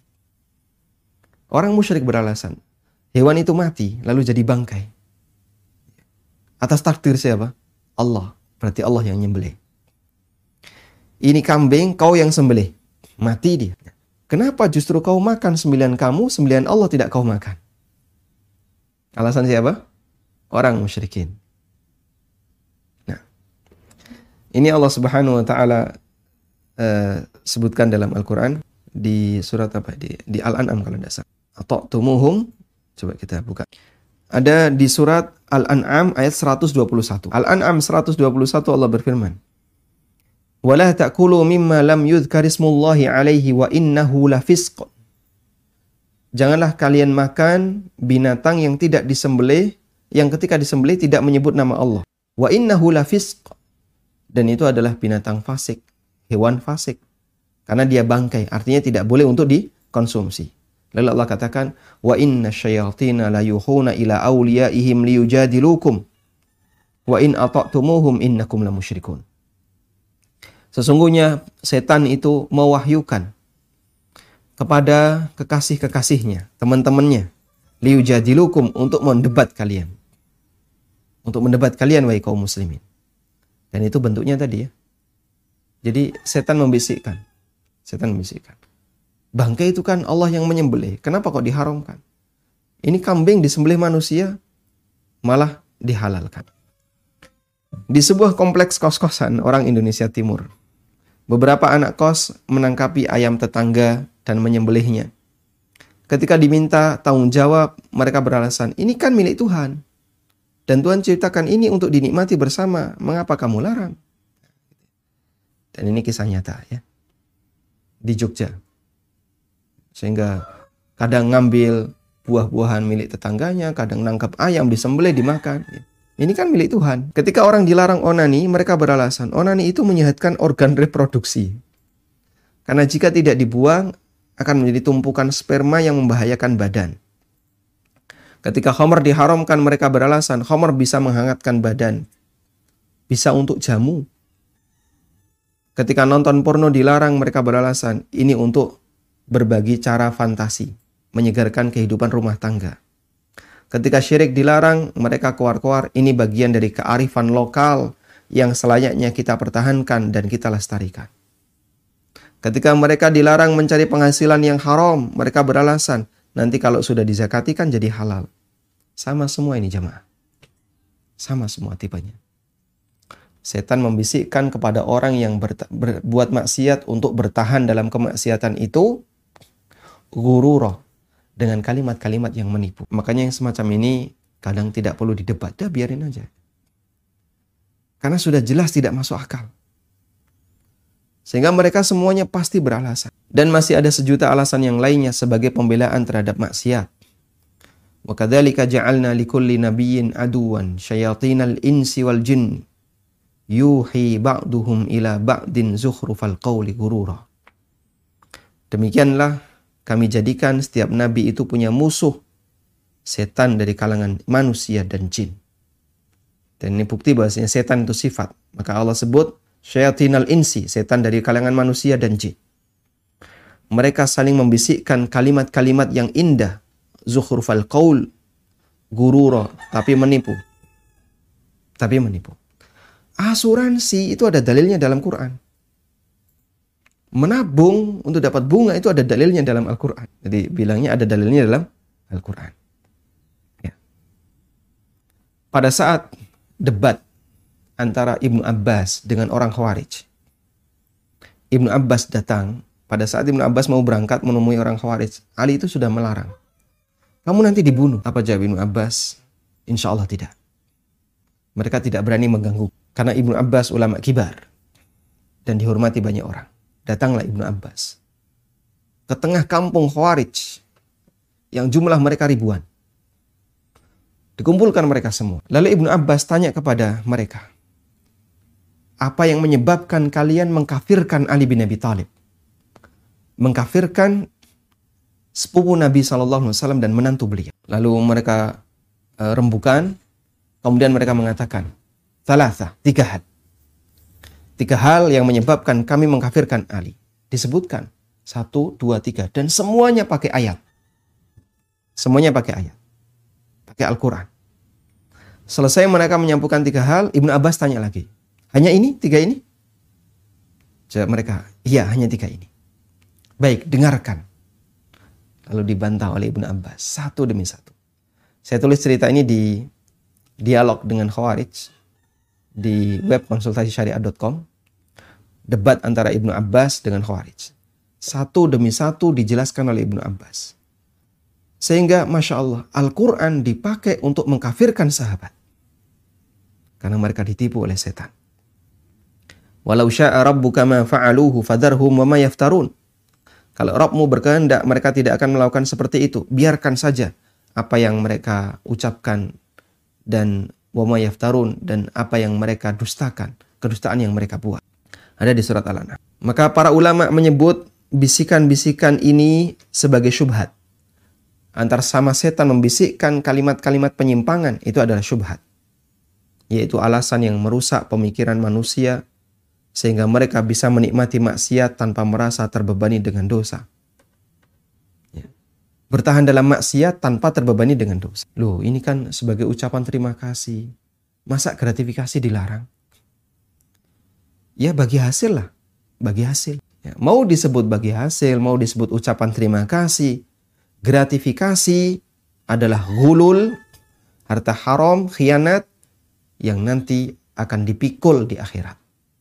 Orang musyrik beralasan, hewan itu mati lalu jadi bangkai. Atas takdir siapa? Allah. Berarti Allah yang nyembelih. Ini kambing kau yang sembelih, mati dia. Kenapa justru kau makan sembilan kamu, sembilan Allah tidak kau makan? Alasan siapa? Orang musyrikin. Nah, ini Allah Subhanahu wa taala uh, sebutkan dalam Al-Qur'an di surat apa? Di, di Al-An'am kalau tidak salah. Ata'tumuhum, coba kita buka. Ada di surat Al-An'am ayat seratus dua puluh satu. Al-An'am seratus dua puluh satu Allah berfirman, "Wala ta'kulu mimma lam yudhkarismullahi alaihi wa innahu lafisq." Janganlah kalian makan binatang yang tidak disembelih, yang ketika disembelih tidak menyebut nama Allah. Wa innahu lafisq. Dan itu adalah binatang fasik, hewan fasik. Karena dia bangkai, artinya tidak boleh untuk dikonsumsi. Lalu Allah katakan, wa inna syayatina la yuhuna ila awliyaihim liyujadilukum wa in ata'tumuhum innakum la musyrikun. Sesungguhnya setan itu mewahyukan kepada kekasih-kekasihnya, teman-temannya, liyujadilukum, untuk mendebat kalian. Untuk mendebat kalian wahai kaum muslimin. Dan itu bentuknya tadi ya. Jadi setan membisikkan. Setan membisikkan. Bangkai itu kan Allah yang menyembelih. Kenapa kok diharamkan? Ini kambing disembelih manusia malah dihalalkan. Di sebuah kompleks kos-kosan orang Indonesia Timur, beberapa anak kos menangkapi ayam tetangga dan menyembelihnya. Ketika diminta tanggung jawab, mereka beralasan, ini kan milik Tuhan. Dan Tuhan ciptakan ini untuk dinikmati bersama. Mengapa kamu larang? Dan ini kisah nyata ya. Di Jogja. Sehingga kadang ngambil buah-buahan milik tetangganya, kadang nangkap ayam disembelih dimakan. Ini kan milik Tuhan. Ketika orang dilarang onani, mereka beralasan, onani itu menyehatkan organ reproduksi. Karena jika tidak dibuang, akan menjadi tumpukan sperma yang membahayakan badan. Ketika khamr diharamkan, mereka beralasan, khamr bisa menghangatkan badan. Bisa untuk jamu. Ketika nonton porno dilarang, mereka beralasan, ini untuk berbagi cara fantasi, menyegarkan kehidupan rumah tangga. Ketika syirik dilarang, mereka keluar-keluar, ini bagian dari kearifan lokal yang selayaknya kita pertahankan dan kita lestarikan. Ketika mereka dilarang mencari penghasilan yang haram, mereka beralasan, nanti kalau sudah dizakati kan jadi halal. Sama semua ini jamaah. Sama semua tipenya. Setan membisikkan kepada orang yang berbuat maksiat untuk bertahan dalam kemaksiatan itu, ghurura, dengan kalimat-kalimat yang menipu. Makanya yang semacam ini kadang tidak perlu didebat, dah biarin aja. Karena sudah jelas tidak masuk akal. Sehingga mereka semuanya pasti beralasan. Dan masih ada sejuta alasan yang lainnya sebagai pembelaan terhadap maksiat. Wa kadzalika ja'alna likulli nabiyyin aduwan syayatinal insi wal jinn yuhi ba'duhum ila ba'din zukhrufal qawli ghurura. Demikianlah kami jadikan setiap nabi itu punya musuh, setan dari kalangan manusia dan jin. Dan ini bukti bahwasanya setan itu sifat. Maka Allah sebut syayatinal insi, setan dari kalangan manusia dan jin. Mereka saling membisikkan kalimat-kalimat yang indah, zukhrufal qaul, ghurura, tapi menipu. Tapi menipu. Asuransi itu ada dalilnya dalam Quran. menabung untuk dapat bunga itu ada dalilnya dalam Al-Quran. Jadi bilangnya ada dalilnya dalam Al-Quran. Ya. Pada saat debat antara Ibnu Abbas dengan orang Khawarij, Ibnu Abbas datang. Pada saat Ibnu Abbas mau berangkat menemui orang Khawarij, Ali itu sudah melarang. Kamu nanti dibunuh. Apa jawab Ibnu Abbas? Insya Allah tidak. Mereka tidak berani mengganggu. Karena Ibnu Abbas ulama kibar dan dihormati banyak orang. Datanglah Ibnu Abbas ke tengah kampung Khawarij yang jumlah mereka ribuan. Dikumpulkan mereka semua. Lalu Ibnu Abbas tanya kepada mereka, apa yang menyebabkan kalian mengkafirkan Ali bin Abi Thalib? Mengkafirkan sepupu Nabi shallallahu alaihi wasallam dan menantu beliau. Lalu mereka e, rembukan. Kemudian mereka mengatakan, thalatha, tiga hal. Tiga hal yang menyebabkan kami mengkafirkan Ali. Disebutkan. Satu, dua, tiga. Dan semuanya pakai ayat. Semuanya pakai ayat. Pakai Al-Quran. Selesai mereka menyampaikan tiga hal, Ibnu Abbas tanya lagi. Hanya ini? Tiga ini? Jawab mereka, iya hanya tiga ini. Baik, dengarkan. Lalu dibantah oleh Ibnu Abbas. Satu demi satu. Saya tulis cerita ini di dialog dengan Khawarij di web konsultasi syariah dot com. Debat antara Ibnu Abbas dengan Khawarij. Satu demi satu dijelaskan oleh Ibnu Abbas. Sehingga Masya Allah, Al-Quran dipakai untuk mengkafirkan sahabat. Karena mereka ditipu oleh setan. Walau sya'a rabbuka ma fa'aluhu fadharhum wa ma yaftarun. Kalau Rabbmu berkehendak, mereka tidak akan melakukan seperti itu. Biarkan saja apa yang mereka ucapkan dan wa ma yaftarun, dan apa yang mereka dustakan, kedustaan yang mereka buat. Ada di surat Al-An'am. Maka para ulama menyebut bisikan-bisikan ini sebagai syubhat. Antara sama setan membisikkan kalimat-kalimat penyimpangan, itu adalah syubhat. Yaitu alasan yang merusak pemikiran manusia sehingga mereka bisa menikmati maksiat tanpa merasa terbebani dengan dosa. Ya. Bertahan dalam maksiat tanpa terbebani dengan dosa. Loh, ini kan sebagai ucapan terima kasih. Masa gratifikasi dilarang? Ya bagi hasil lah. Bagi hasil. Ya, mau disebut bagi hasil, mau disebut ucapan terima kasih. Gratifikasi adalah ghulul, harta haram, khianat, yang nanti akan dipikul di akhirat.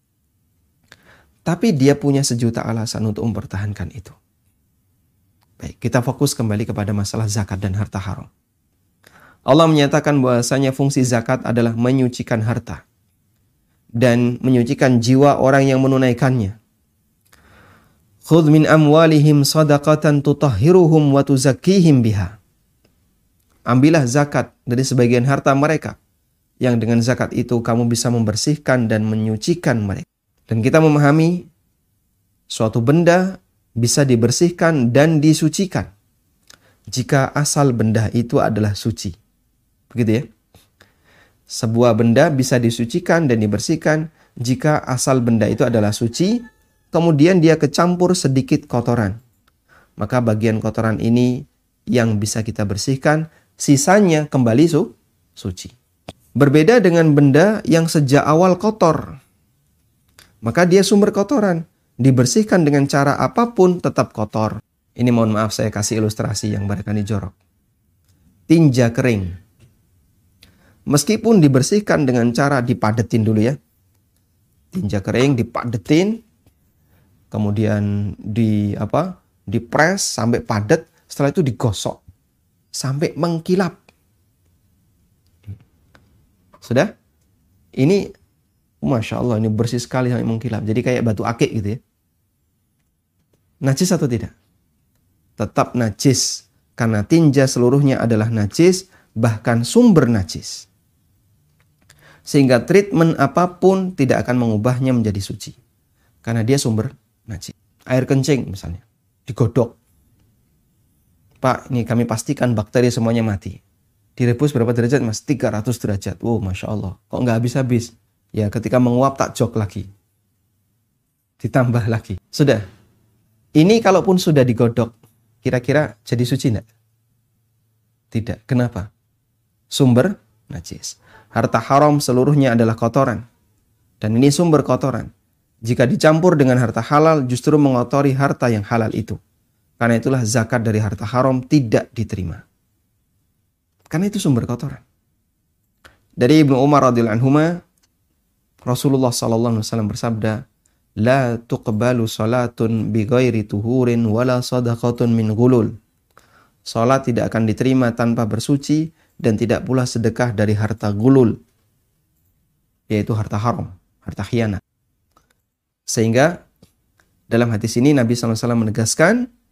Tapi dia punya sejuta alasan untuk mempertahankan itu. Baik, kita fokus kembali kepada masalah zakat dan harta haram. Allah menyatakan bahwasanya fungsi zakat adalah menyucikan harta dan menyucikan jiwa orang yang menunaikannya. Khudh min amwalihim sadaqatan tutahhiruhum wa tuzakkihim biha. Ambillah zakat dari sebagian harta mereka, yang dengan zakat itu kamu bisa membersihkan dan menyucikan mereka. Dan kita memahami suatu benda bisa dibersihkan dan disucikan jika asal benda itu adalah suci. Begitu ya. Sebuah benda bisa disucikan dan dibersihkan jika asal benda itu adalah suci, kemudian dia kecampur sedikit kotoran. Maka bagian kotoran ini yang bisa kita bersihkan, sisanya kembali su suci. Berbeda dengan benda yang sejak awal kotor. Maka dia sumber kotoran. Dibersihkan dengan cara apapun tetap kotor. Ini mohon maaf saya kasih ilustrasi yang barangkali jorok. Tinja kering. Meskipun dibersihkan dengan cara dipadetin dulu ya. Tinja kering dipadetin. Kemudian di apa? Dipres sampai padat. Setelah itu digosok. Sampai mengkilap. Sudah? Ini Masya Allah, ini bersih sekali sampai mengkilap. Jadi kayak batu akik gitu ya. Najis atau tidak? Tetap najis. Karena tinja seluruhnya adalah najis, bahkan sumber najis. Sehingga treatment apapun tidak akan mengubahnya menjadi suci. Karena dia sumber najis. Air kencing misalnya, digodok. Pak, ini kami pastikan bakteri semuanya mati. Direbus berapa derajat mas? tiga ratus derajat. Wow, Masya Allah. Kok nggak habis-habis? Ya, ketika menguap tak jok lagi. Ditambah lagi. Sudah. Ini kalaupun sudah digodok, kira-kira jadi suci enggak? Tidak. Kenapa? Sumber najis. Harta haram seluruhnya adalah kotoran. Dan ini sumber kotoran. Jika dicampur dengan harta halal, justru mengotori harta yang halal itu. Karena itulah zakat dari harta haram tidak diterima. Karena itu sumber kotoran. Dari Ibnu Umar radhiyallahu anhuma, Rasulullah sallallahu alaihi wasallam bersabda, "La tuqbalu salatun bighairi tuhurin wala sadaqatun min ghulul." Salat tidak akan diterima tanpa bersuci dan tidak pula sedekah dari harta gulul, yaitu harta haram, harta khianat. Sehingga dalam hadis ini Nabi sallallahu alaihi wasallam menegaskan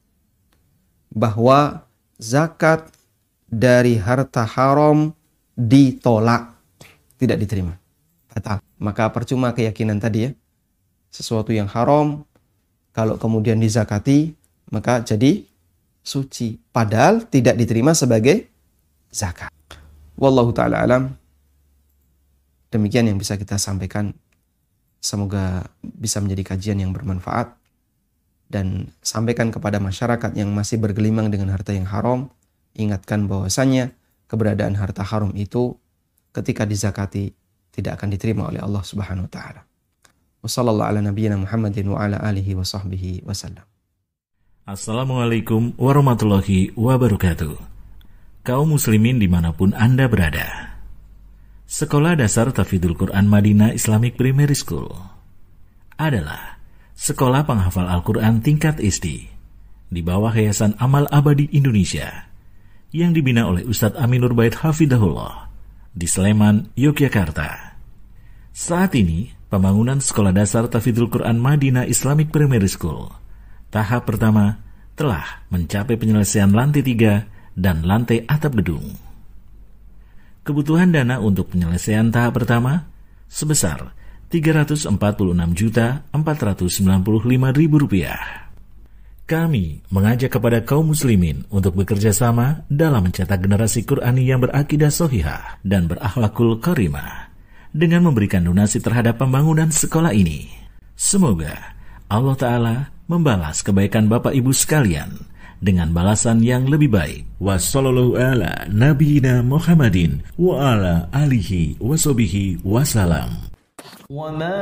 bahwa zakat dari harta haram ditolak, tidak diterima, batal. Maka percuma keyakinan tadi ya, sesuatu yang haram kalau kemudian dizakati maka jadi suci, padahal tidak diterima sebagai zakat. Wallahu ta'ala alam. Demikian yang bisa kita sampaikan. Semoga bisa menjadi kajian yang bermanfaat. Dan sampaikan kepada masyarakat yang masih bergelimang dengan harta yang haram, ingatkan bahwasannya keberadaan harta haram itu ketika dizakati tidak akan diterima oleh Allah Subhanahu wa taala. Wassallallahu ala nabiyyina Muhammadin wa ala alihi wa sahbihi wasallam. Assalamualaikum warahmatullahi wabarakatuh. Kaum muslimin dimanapun Anda berada. Sekolah Dasar Tahfidzul Quran Madinah Islamic Primary School adalah sekolah penghafal Al-Quran tingkat S D di bawah Yayasan Amal Abadi Indonesia yang dibina oleh Ustadz Aminur Bait Hafidahullah di Sleman, Yogyakarta. Saat ini, pembangunan Sekolah Dasar Tahfidzul Quran Madinah Islamic Primary School tahap pertama telah mencapai penyelesaian lantai tiga dan lantai atap gedung. Kebutuhan dana untuk penyelesaian tahap pertama sebesar tiga ratus empat puluh enam juta empat ratus sembilan puluh lima ribu rupiah. Kami mengajak kepada kaum muslimin untuk bekerja sama dalam mencetak generasi Qur'ani yang berakidah sohihah dan berakhlakul karimah dengan memberikan donasi terhadap pembangunan sekolah ini. Semoga Allah Ta'ala membalas kebaikan Bapak Ibu sekalian dengan balasan yang lebih baik. Wassallallahu ala nabiyina Muhammadin wa ala alihi washabihi wasalam. Wa ma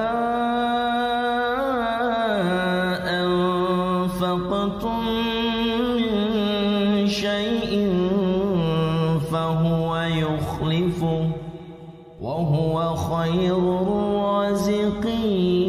anfaqtum min syai'in fahuwa yukhlifu wa huwa khairur raziqin.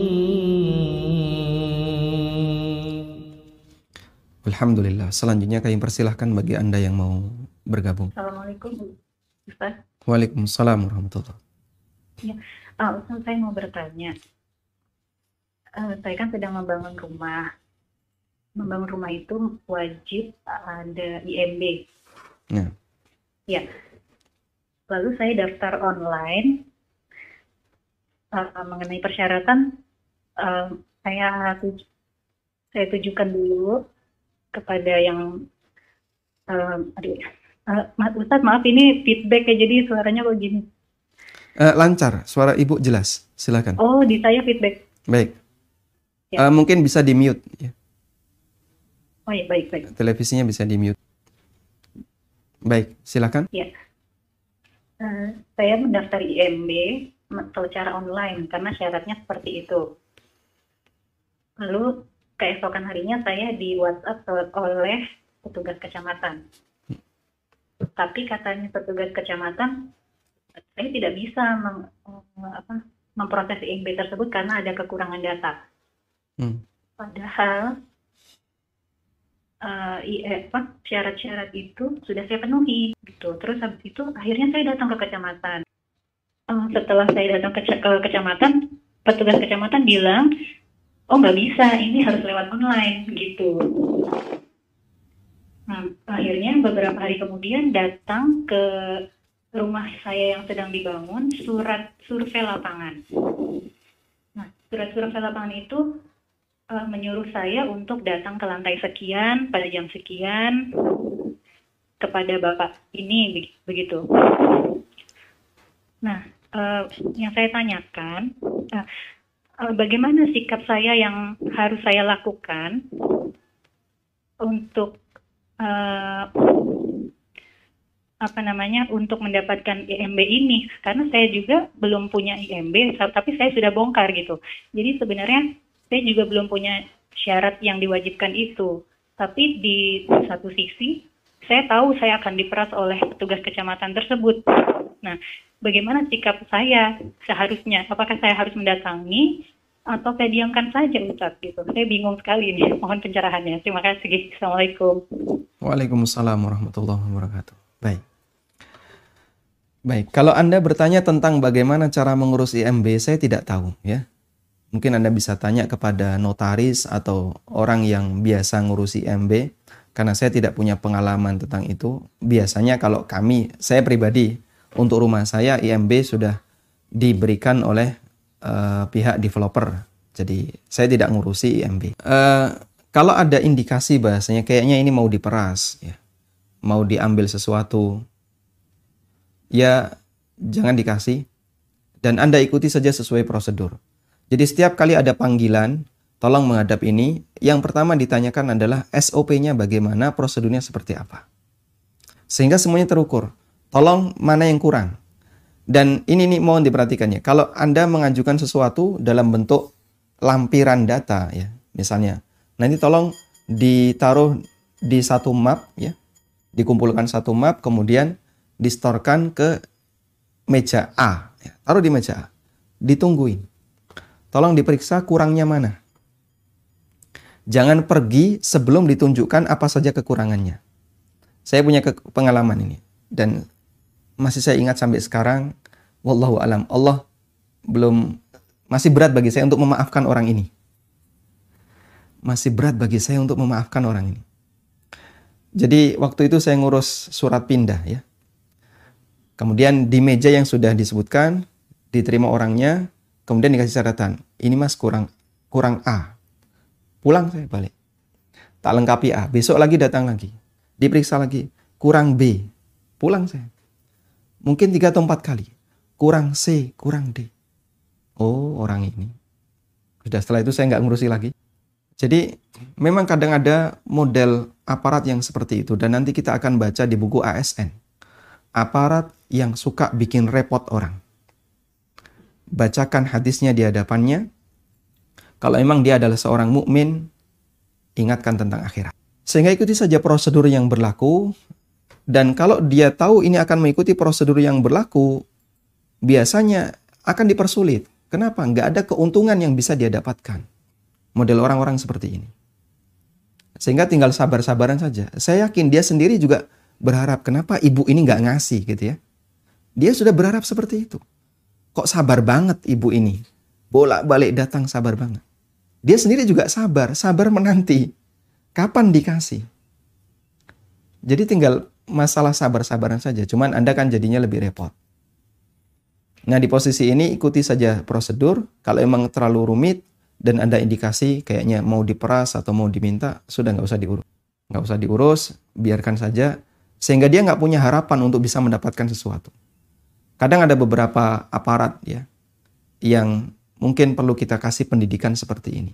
Alhamdulillah. Selanjutnya kami persilahkan bagi Anda yang mau bergabung. Assalamualaikum, Ustaz. Waalaikumsalam warahmatullahi wabarakatuh. Ya, uh, Ustaz, saya mau bertanya. Uh, saya kan sedang membangun rumah. Membangun rumah itu wajib ada I M B. Ya. Ya. Lalu saya daftar online uh, mengenai persyaratan. Uh, saya tuj saya tujukan dulu kepada yang uh, aduh, uh, Ustaz, maaf ini feedback ya, jadi suaranya kok gini. Uh, lancar, suara Ibu jelas. Silakan. Oh, di saya feedback. Baik. Ya. Uh, mungkin bisa di mute. Ya. Oh ya, baik baik. Televisinya bisa di mute. Baik, silakan. Ya. Uh, saya mendaftar I M B secara online karena syaratnya seperti itu. Lalu keesokan harinya saya di WhatsApp oleh petugas kecamatan. Tapi katanya petugas kecamatan, saya tidak bisa mem, apa, memproses I M B tersebut karena ada kekurangan data. Hmm. Padahal uh, apa, syarat-syarat itu sudah saya penuhi. Gitu. Terus habis itu akhirnya saya datang ke kecamatan. Uh, setelah saya datang ke, ke kecamatan, petugas kecamatan bilang, oh nggak bisa, ini harus lewat online gitu. Nah, akhirnya beberapa hari kemudian datang ke rumah saya yang sedang dibangun surat survei lapangan. Nah, surat survei lapangan itu uh, menyuruh saya untuk datang ke lantai sekian pada jam sekian kepada bapak ini begitu. Nah, uh, yang saya tanyakan. Uh, Bagaimana sikap saya yang harus saya lakukan untuk uh, apa namanya untuk mendapatkan I M B ini, karena saya juga belum punya I M B tapi saya sudah bongkar gitu. Jadi sebenarnya saya juga belum punya syarat yang diwajibkan itu. Tapi di satu sisi saya tahu saya akan diperas oleh petugas kecamatan tersebut. Nah, bagaimana sikap saya seharusnya? Apakah saya harus mendatangi atau saya diamkan saja, Ustaz? Gitu. Saya bingung sekali nih. Mohon pencerahannya. Terima kasih. Assalamualaikum. Waalaikumsalam warahmatullahi wabarakatuh. Baik. Baik, kalau Anda bertanya tentang bagaimana cara mengurus I M B, saya tidak tahu ya. Mungkin Anda bisa tanya kepada notaris atau orang yang biasa ngurusi I M B, karena saya tidak punya pengalaman tentang itu. Biasanya kalau kami, saya pribadi, untuk rumah saya I M B sudah diberikan oleh uh, pihak developer. Jadi saya tidak ngurusi I M B. Uh, kalau ada indikasi bahasanya kayaknya ini mau diperas, ya, mau diambil sesuatu, ya jangan dikasih. Dan Anda ikuti saja sesuai prosedur. Jadi setiap kali ada panggilan, tolong menghadap ini. Yang pertama ditanyakan adalah S O P-nya bagaimana, prosedurnya seperti apa. Sehingga semuanya terukur. Tolong mana yang kurang. Dan ini nih mohon diperhatikannya. Kalau Anda mengajukan sesuatu dalam bentuk lampiran data, ya, misalnya, nanti tolong ditaruh di satu map, ya, dikumpulkan satu map, kemudian distorkan ke meja A. Ya, taruh di meja A. Ditungguin. Tolong diperiksa kurangnya mana. Jangan pergi sebelum ditunjukkan apa saja kekurangannya. Saya punya ke- pengalaman ini. Dan masih saya ingat sampai sekarang. Wallahu alam. Allah belum, masih berat bagi saya untuk memaafkan orang ini. Masih berat bagi saya untuk memaafkan orang ini. Jadi waktu itu saya ngurus surat pindah, ya. Kemudian di meja yang sudah disebutkan, diterima orangnya, kemudian dikasih catatan, ini mas kurang kurang A. Pulang saya balik. Tak lengkapi A. Besok lagi datang lagi. Diperiksa lagi. Kurang B. Pulang saya. Mungkin tiga atau empat kali. Kurang C, kurang D. Oh, orang ini. Sudah, setelah itu saya nggak ngurusi lagi. Jadi memang kadang ada model aparat yang seperti itu. Dan nanti kita akan baca di buku A S N. Aparat yang suka bikin repot orang. Bacakan hadisnya di hadapannya. Kalau memang dia adalah seorang mukmin, ingatkan tentang akhirat. Sehingga ikuti saja prosedur yang berlaku. Dan kalau dia tahu ini akan mengikuti prosedur yang berlaku, biasanya akan dipersulit. Kenapa? Nggak ada keuntungan yang bisa dia dapatkan. Model orang-orang seperti ini. Sehingga tinggal sabar-sabaran saja. Saya yakin dia sendiri juga berharap, kenapa ibu ini nggak ngasih gitu ya. Dia sudah berharap seperti itu. Kok sabar banget ibu ini. Bolak-balik datang sabar banget. Dia sendiri juga sabar, sabar menanti. Kapan dikasih? Jadi tinggal masalah sabar-sabaran saja. Cuman Anda kan jadinya lebih repot. Nah di posisi ini ikuti saja prosedur. Kalau emang terlalu rumit dan ada indikasi kayaknya mau diperas atau mau diminta, sudah nggak usah diurus. Nggak usah diurus, biarkan saja. Sehingga dia nggak punya harapan untuk bisa mendapatkan sesuatu. Kadang ada beberapa aparat ya yang mungkin perlu kita kasih pendidikan seperti ini.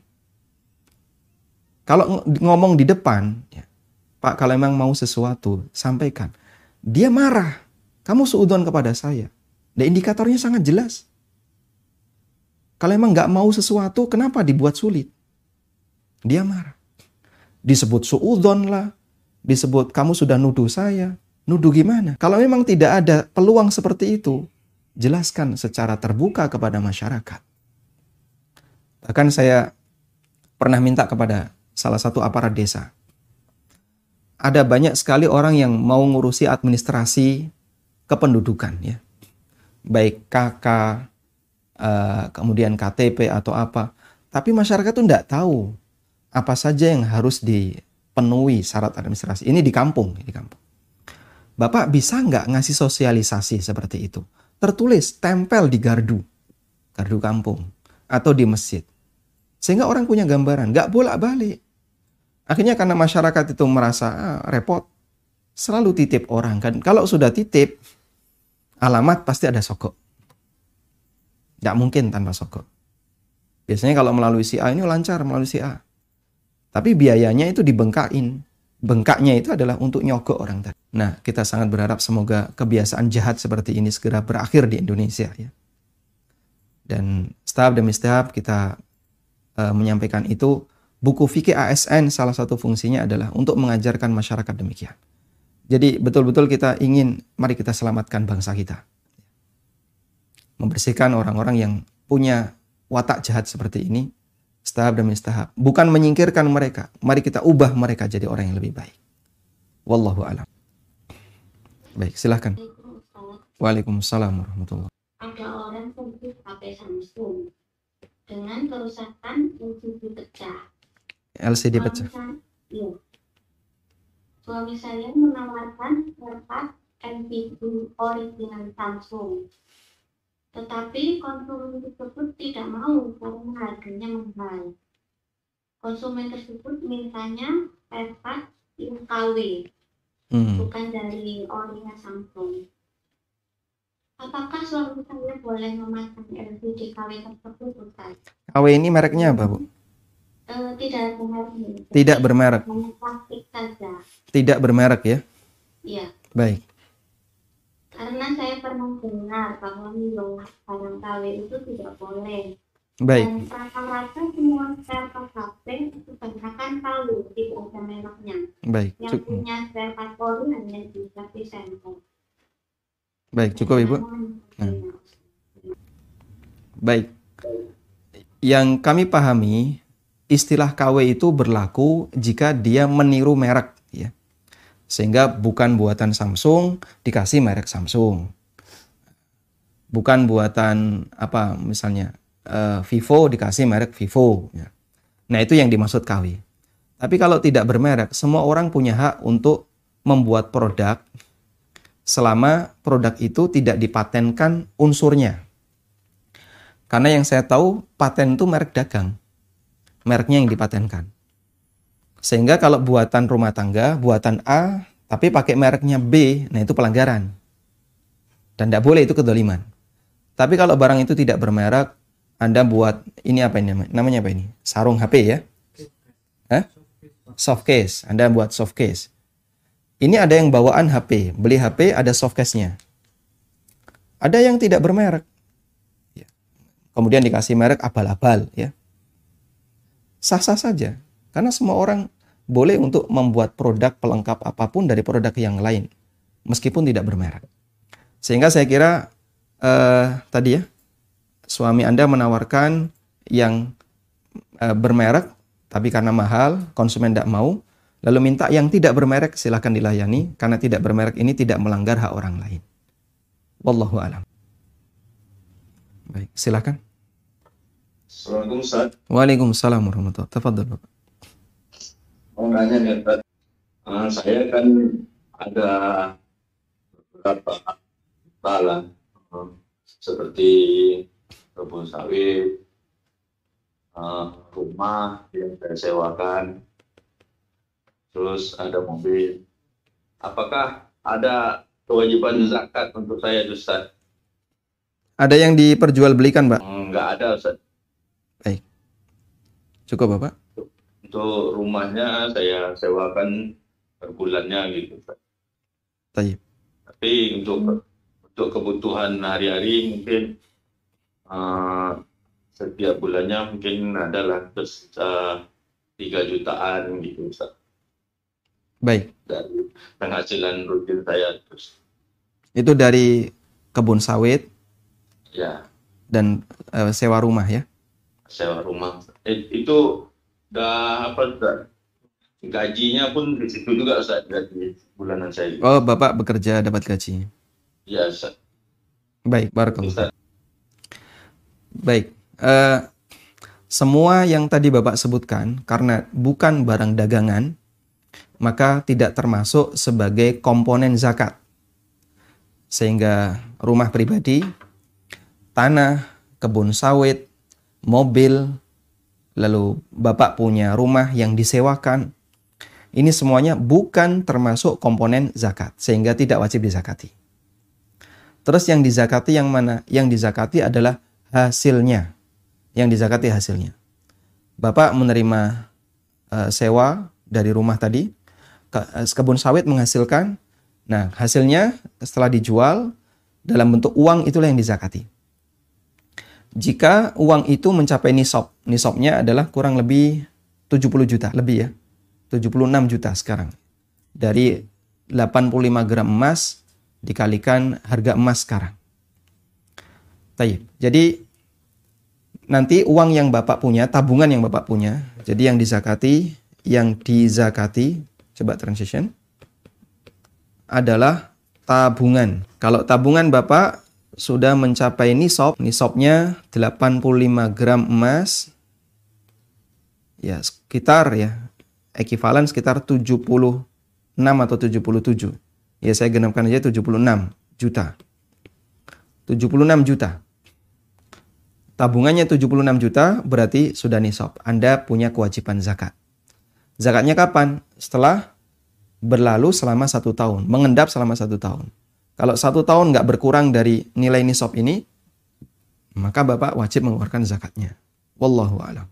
Kalau ngomong di depan, ya, Pak, kalau memang mau sesuatu, sampaikan. Dia marah. Kamu suudzon kepada saya. Dan indikatornya sangat jelas. Kalau memang nggak mau sesuatu, kenapa dibuat sulit? Dia marah. Disebut suudzon lah. Disebut kamu sudah nuduh saya. Nuduh gimana? Kalau memang tidak ada peluang seperti itu, jelaskan secara terbuka kepada masyarakat. Bahkan saya pernah minta kepada salah satu aparat desa. Ada banyak sekali orang yang mau ngurusi administrasi kependudukan, ya. Baik K K, uh, kemudian K T P atau apa. Tapi masyarakat tuh tidak tahu apa saja yang harus dipenuhi syarat administrasi. Ini di kampung, di kampung. Bapak bisa nggak ngasih sosialisasi seperti itu? Tertulis, tempel di gardu, gardu kampung, atau di masjid. Sehingga orang punya gambaran, nggak bolak-balik. Akhirnya karena masyarakat itu merasa ah, repot, selalu titip orang kan. Kalau sudah titip, alamat pasti ada sogok. Nggak mungkin tanpa sogok. Biasanya kalau melalui si A ini lancar melalui si A. Tapi biayanya itu dibengkain. bengkaknya itu adalah untuk nyogok orang tadi. Nah, kita sangat berharap semoga kebiasaan jahat seperti ini segera berakhir di Indonesia ya. Dan tahap demi tahap kita uh, menyampaikan itu. Buku fikih A S N salah satu fungsinya adalah untuk mengajarkan masyarakat demikian. Jadi betul-betul kita ingin, mari kita selamatkan bangsa kita. Membersihkan orang-orang yang punya watak jahat seperti ini, tahap demi tahap. Bukan menyingkirkan mereka, mari kita ubah mereka jadi orang yang lebih baik. Wallahu a'lam. Baik, silahkan. Waalaikumsalam warahmatullahi wabarakatuh. Ada orang membeli H P Samsung dengan kerusakan L C D pecah. L C D pecah. Iya. Suami saya menawarkan merek M P dua original Samsung, tetapi konsumen tersebut tidak mau karena harganya mahal. Konsumen tersebut mintanya merek yang K W, hmm. bukan dari orinya Samsung. Apakah suami saya boleh memasang L C D K W tersebut, Ustaz? K W ini mereknya apa, Bu? Uh, tidak bermerek. Tidak bermerek. Plastik saja. Tidak bermerek ya? Iya. Baik. Karena saya pernah dengar bahwa minum barang K W itu tidak boleh. Baik. Dan rata-rata semua spare part H P kebanyakan K W, tidak ada mereknya. Baik. Yang Cuk- punya spare part ori hanya di Service Center. Baik, cukup Ibu. Nah. Baik. Yang kami pahami, istilah K W itu berlaku jika dia meniru merek ya. Sehingga bukan buatan Samsung dikasih merek Samsung. Bukan buatan apa misalnya uh, Vivo dikasih merek Vivo ya. Nah, itu yang dimaksud K W. Tapi kalau tidak bermerek, semua orang punya hak untuk membuat produk selama produk itu tidak dipatenkan unsurnya. Karena yang saya tahu paten itu merek dagang. Mereknya yang dipatenkan. Sehingga kalau buatan rumah tangga, buatan A, tapi pakai mereknya B, nah itu pelanggaran. Dan tidak boleh, itu kedoliman. Tapi kalau barang itu tidak bermerek, Anda buat, ini apa ini namanya apa ini? Sarung H P ya? Hah? Soft case. Anda buat soft case. Ini ada yang bawaan H P. Beli H P ada soft case-nya. Ada yang tidak bermerek. Kemudian dikasih merek abal-abal ya. Sah-sah saja. Karena semua orang boleh untuk membuat produk pelengkap apapun dari produk yang lain. Meskipun tidak bermerek. Sehingga saya kira uh, tadi ya, suami Anda menawarkan yang uh, bermerek, tapi karena mahal, konsumen tidak mau, lalu minta yang tidak bermerek, silakan dilayani. Karena tidak bermerek ini tidak melanggar hak orang lain. Wallahu a'lam. Baik, silakan. Assalamualaikum Ustaz. Waalaikumsalam warahmatullahi wabarakatuh. Tafadhol Bapak. Mau nanya nih Ustaz. Uh, saya kan ada beberapa bala uh, seperti kebun sawit, uh, rumah yang saya sewakan, terus ada mobil. Apakah ada kewajiban zakat untuk saya, Ustaz? Ada yang diperjualbelikan, Pak? Enggak ada, Ustaz. Baik. Cukup, Bapak? Untuk rumahnya saya sewakan per bulannya gitu, Ustaz. Baik. Tapi untuk hmm. untuk kebutuhan hari-hari mungkin uh, setiap bulannya mungkin adalah terus uh, tiga jutaan gitu, Ustaz. Baik. Dari penghasilan rutin saya terus. Itu dari kebun sawit? Ya. Dan uh, sewa rumah ya? Sewa rumah. Eh, itu udah apa Ustaz? Gajinya pun di situ juga Ustaz, gaji bulanan saya. Oh, Bapak bekerja dapat gaji? Iya, Ustaz. Baik, barakallah. Baik. Uh, semua yang tadi Bapak sebutkan karena bukan barang dagangan, maka tidak termasuk sebagai komponen zakat. Sehingga rumah pribadi, tanah, kebun sawit, mobil, lalu Bapak punya rumah yang disewakan, ini semuanya bukan termasuk komponen zakat, sehingga tidak wajib dizakati. Terus yang dizakati yang mana? Yang dizakati adalah hasilnya. Yang dizakati hasilnya. Bapak menerima uh, sewa dari rumah tadi, ke- kebun sawit menghasilkan. Nah, hasilnya setelah dijual dalam bentuk uang itulah yang dizakati. Jika uang itu mencapai nisab, nisabnya adalah kurang lebih tujuh puluh juta, lebih ya. tujuh puluh enam juta sekarang. Dari delapan puluh lima gram emas dikalikan harga emas sekarang. Taib. Jadi nanti uang yang Bapak punya, tabungan yang Bapak punya, jadi yang dizakati, yang dizakati, coba transition, adalah tabungan. Kalau tabungan Bapak sudah mencapai nisab, nisabnya delapan puluh lima gram emas, ya sekitar ya, ekivalen sekitar tujuh puluh enam atau tujuh puluh tujuh. Ya saya genapkan aja tujuh puluh enam juta. tujuh puluh enam juta. Tabungannya tujuh puluh enam juta berarti sudah nisab. Anda punya kewajiban zakat. Zakatnya kapan? Setelah berlalu selama satu tahun. Mengendap selama satu tahun. Kalau satu tahun nggak berkurang dari nilai nisab ini, maka Bapak wajib mengeluarkan zakatnya. Wallahu a'lam.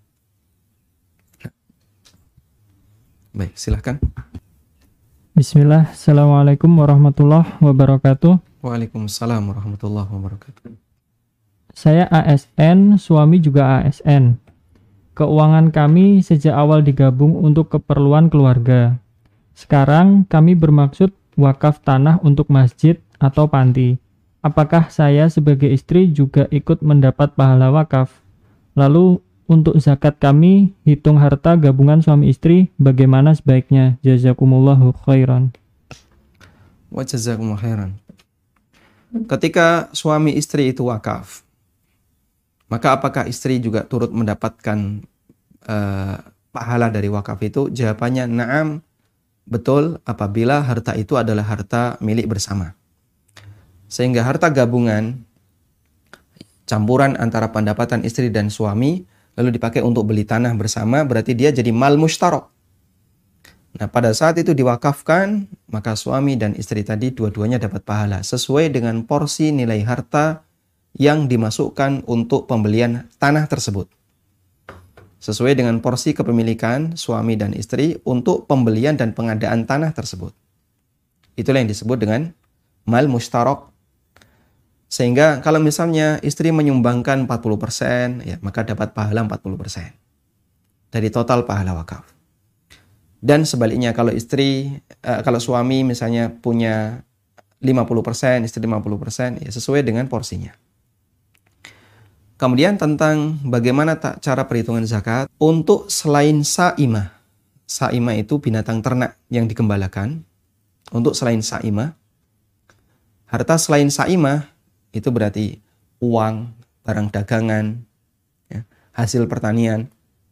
Baik, silahkan. Bismillah, Assalamualaikum warahmatullahi wabarakatuh. Waalaikumsalam warahmatullahi wabarakatuh. Saya A S N, suami juga A S N. Keuangan kami sejak awal digabung untuk keperluan keluarga. Sekarang kami bermaksud wakaf tanah untuk masjid atau panti. Apakah saya sebagai istri juga ikut mendapat pahala wakaf? Lalu untuk zakat kami, hitung harta gabungan suami istri, bagaimana sebaiknya? Jazakumullahu khairan. Wa jazakumullahu khairan. Ketika suami istri itu wakaf, maka apakah istri juga turut mendapatkan uh, pahala dari wakaf itu? Jawabannya na'am, betul apabila harta itu adalah harta milik bersama. Sehingga harta gabungan, campuran antara pendapatan istri dan suami, lalu dipakai untuk beli tanah bersama, berarti dia jadi mal mushtarak. Nah, pada saat itu diwakafkan, maka suami dan istri tadi dua-duanya dapat pahala sesuai dengan porsi nilai harta yang dimasukkan untuk pembelian tanah tersebut. Sesuai dengan porsi kepemilikan suami dan istri untuk pembelian dan pengadaan tanah tersebut. Itulah yang disebut dengan mal mushtarak. Sehingga kalau misalnya istri menyumbangkan empat puluh persen, ya, maka dapat pahala empat puluh persen dari total pahala wakaf. Dan sebaliknya kalau istri, uh, kalau suami misalnya punya lima puluh persen, istri lima puluh persen, ya sesuai dengan porsinya. Kemudian tentang bagaimana tak cara perhitungan zakat untuk selain sa'imah. Sa'imah itu binatang ternak yang digembalakan. Untuk selain sa'imah, harta selain sa'imah itu berarti uang, barang dagangan, ya, hasil pertanian.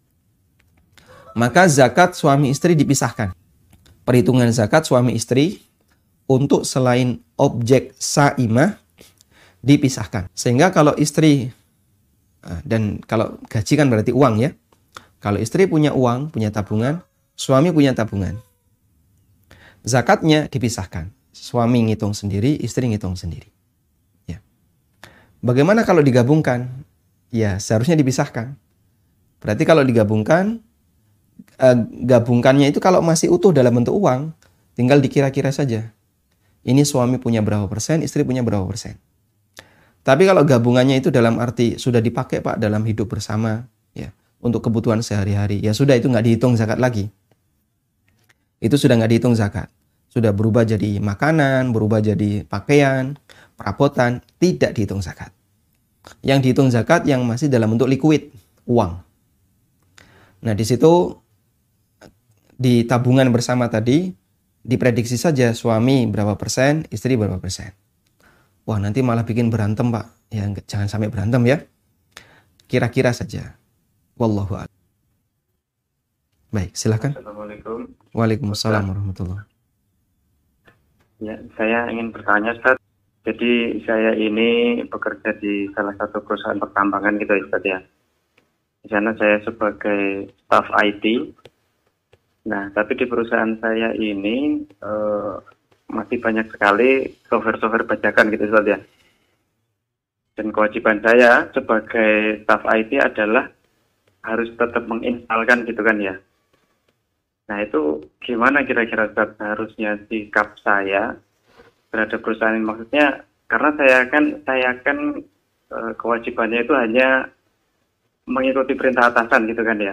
Maka zakat suami istri dipisahkan. Perhitungan zakat suami istri untuk selain objek sa'imah dipisahkan. Sehingga kalau istri, dan kalau gaji kan berarti uang ya. Kalau istri punya uang, punya tabungan, suami punya tabungan. Zakatnya dipisahkan. Suami ngitung sendiri, istri ngitung sendiri. Ya. Bagaimana kalau digabungkan? Ya, seharusnya dipisahkan. Berarti kalau digabungkan, eh, gabungkannya itu kalau masih utuh dalam bentuk uang, tinggal dikira-kira saja. Ini suami punya berapa persen, istri punya berapa persen. Tapi kalau gabungannya itu dalam arti sudah dipakai Pak dalam hidup bersama, ya, untuk kebutuhan sehari-hari, ya sudah itu nggak dihitung zakat lagi. Itu sudah nggak dihitung zakat. Sudah berubah jadi makanan, berubah jadi pakaian, perabotan, tidak dihitung zakat. Yang dihitung zakat yang masih dalam bentuk liquid, uang. Nah di situ di tabungan bersama tadi diprediksi saja suami berapa persen, istri berapa persen. Wah nanti malah bikin berantem Pak. Ya jangan sampai berantem ya. Kira-kira saja. Wallahu a'lam. Baik, silakan. Assalamualaikum. Waalaikumsalam warahmatullahi. Ya, saya ingin bertanya Ustaz. Jadi saya ini bekerja di salah satu perusahaan pertambangan gitu Ustaz ya. Di sana saya sebagai staf I T. Nah, tapi di perusahaan saya ini eh, masih banyak sekali software-software bajakan gitu Ustaz ya. Dan kewajiban saya sebagai staf I T adalah harus tetap menginstalkan gitu kan ya. Nah itu gimana kira-kira Ustaz harusnya sikap saya terhadap perusahaan ini? Maksudnya karena saya kan saya kan e, kewajibannya itu hanya mengikuti perintah atasan gitu kan ya.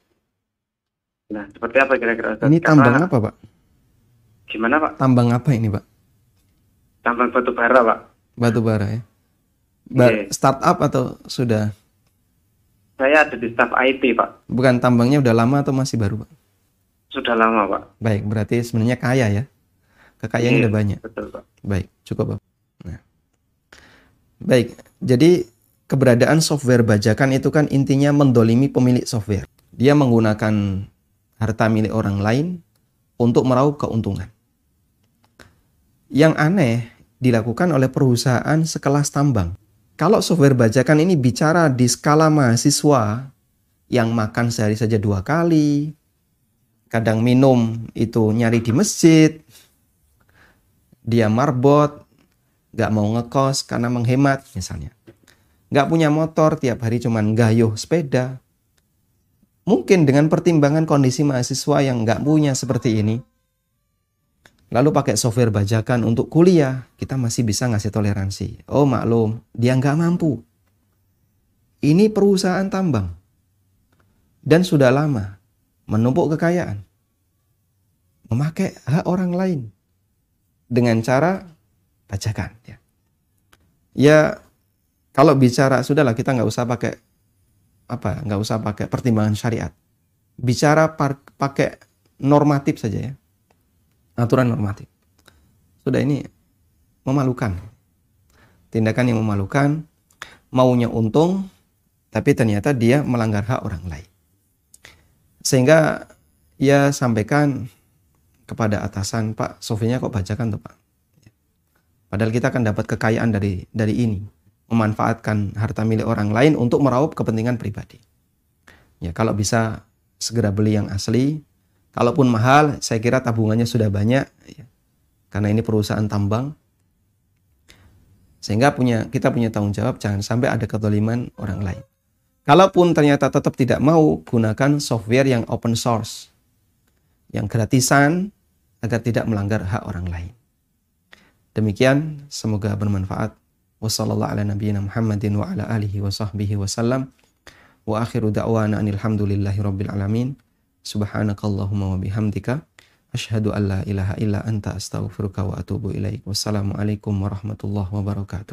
Nah seperti apa kira-kira Ustaz? Ini tambang apa, Pak? Gimana Pak? Tambang apa ini, Pak? Tambang batu bara Pak. Batu bara ya. Ba- Iya. Startup atau sudah? Saya ada di staf I T Pak. Bukan, tambangnya udah lama atau masih baru, Pak? Sudah lama Pak. Baik, berarti sebenarnya kaya ya. Kekayaannya Iya, udah banyak. Betul Pak. Baik, cukup, Pak. Nah. Baik, jadi keberadaan software bajakan itu kan intinya mendolimi pemilik software. Dia menggunakan harta milik orang lain untuk meraup keuntungan. Yang aneh dilakukan oleh perusahaan sekelas tambang. Kalau software bajakan ini bicara di skala mahasiswa yang makan sehari saja dua kali, kadang minum itu nyari di masjid, dia marbot, gak mau ngekos karena menghemat misalnya. Gak punya motor, tiap hari cuman gayuh sepeda. Mungkin dengan pertimbangan kondisi mahasiswa yang gak punya seperti ini, lalu pakai software bajakan untuk kuliah, kita masih bisa ngasih toleransi. Oh maklum, dia nggak mampu. Ini perusahaan tambang. Dan sudah lama menumpuk kekayaan. Memakai hak orang lain. Dengan cara bajakan. Ya, ya kalau bicara, sudahlah kita nggak usah pakai apa, nggak usah pakai pertimbangan syariat. Bicara par- pakai normatif saja ya. Aturan normatif. Sudah, ini memalukan. Tindakan yang memalukan, maunya untung, tapi ternyata dia melanggar hak orang lain. Sehingga ia sampaikan kepada atasan, Pak, softwarenya kok bajakan tuh Pak. Padahal kita akan dapat kekayaan dari dari ini. Memanfaatkan harta milik orang lain untuk meraup kepentingan pribadi. Ya, kalau bisa segera beli yang asli. Kalaupun mahal, saya kira tabungannya sudah banyak, ya, karena ini perusahaan tambang. Sehingga punya kita punya tanggung jawab, jangan sampai ada kezaliman orang lain. Kalaupun ternyata tetap tidak mau, gunakan software yang open source, yang gratisan, agar tidak melanggar hak orang lain. Demikian, semoga bermanfaat. Wassallallahu ala nabiyyina Muhammadin wa ala alihi wa sahbihi wasallam. Wa akhiru da'wana anilhamdulillahi rabbil alamin. Subhanakallahumma wa bihamdika asyhadu an la ilaha illa anta astaghfiruka wa atubu ilaik. Wassalamualaikum warahmatullahi wabarakatuh.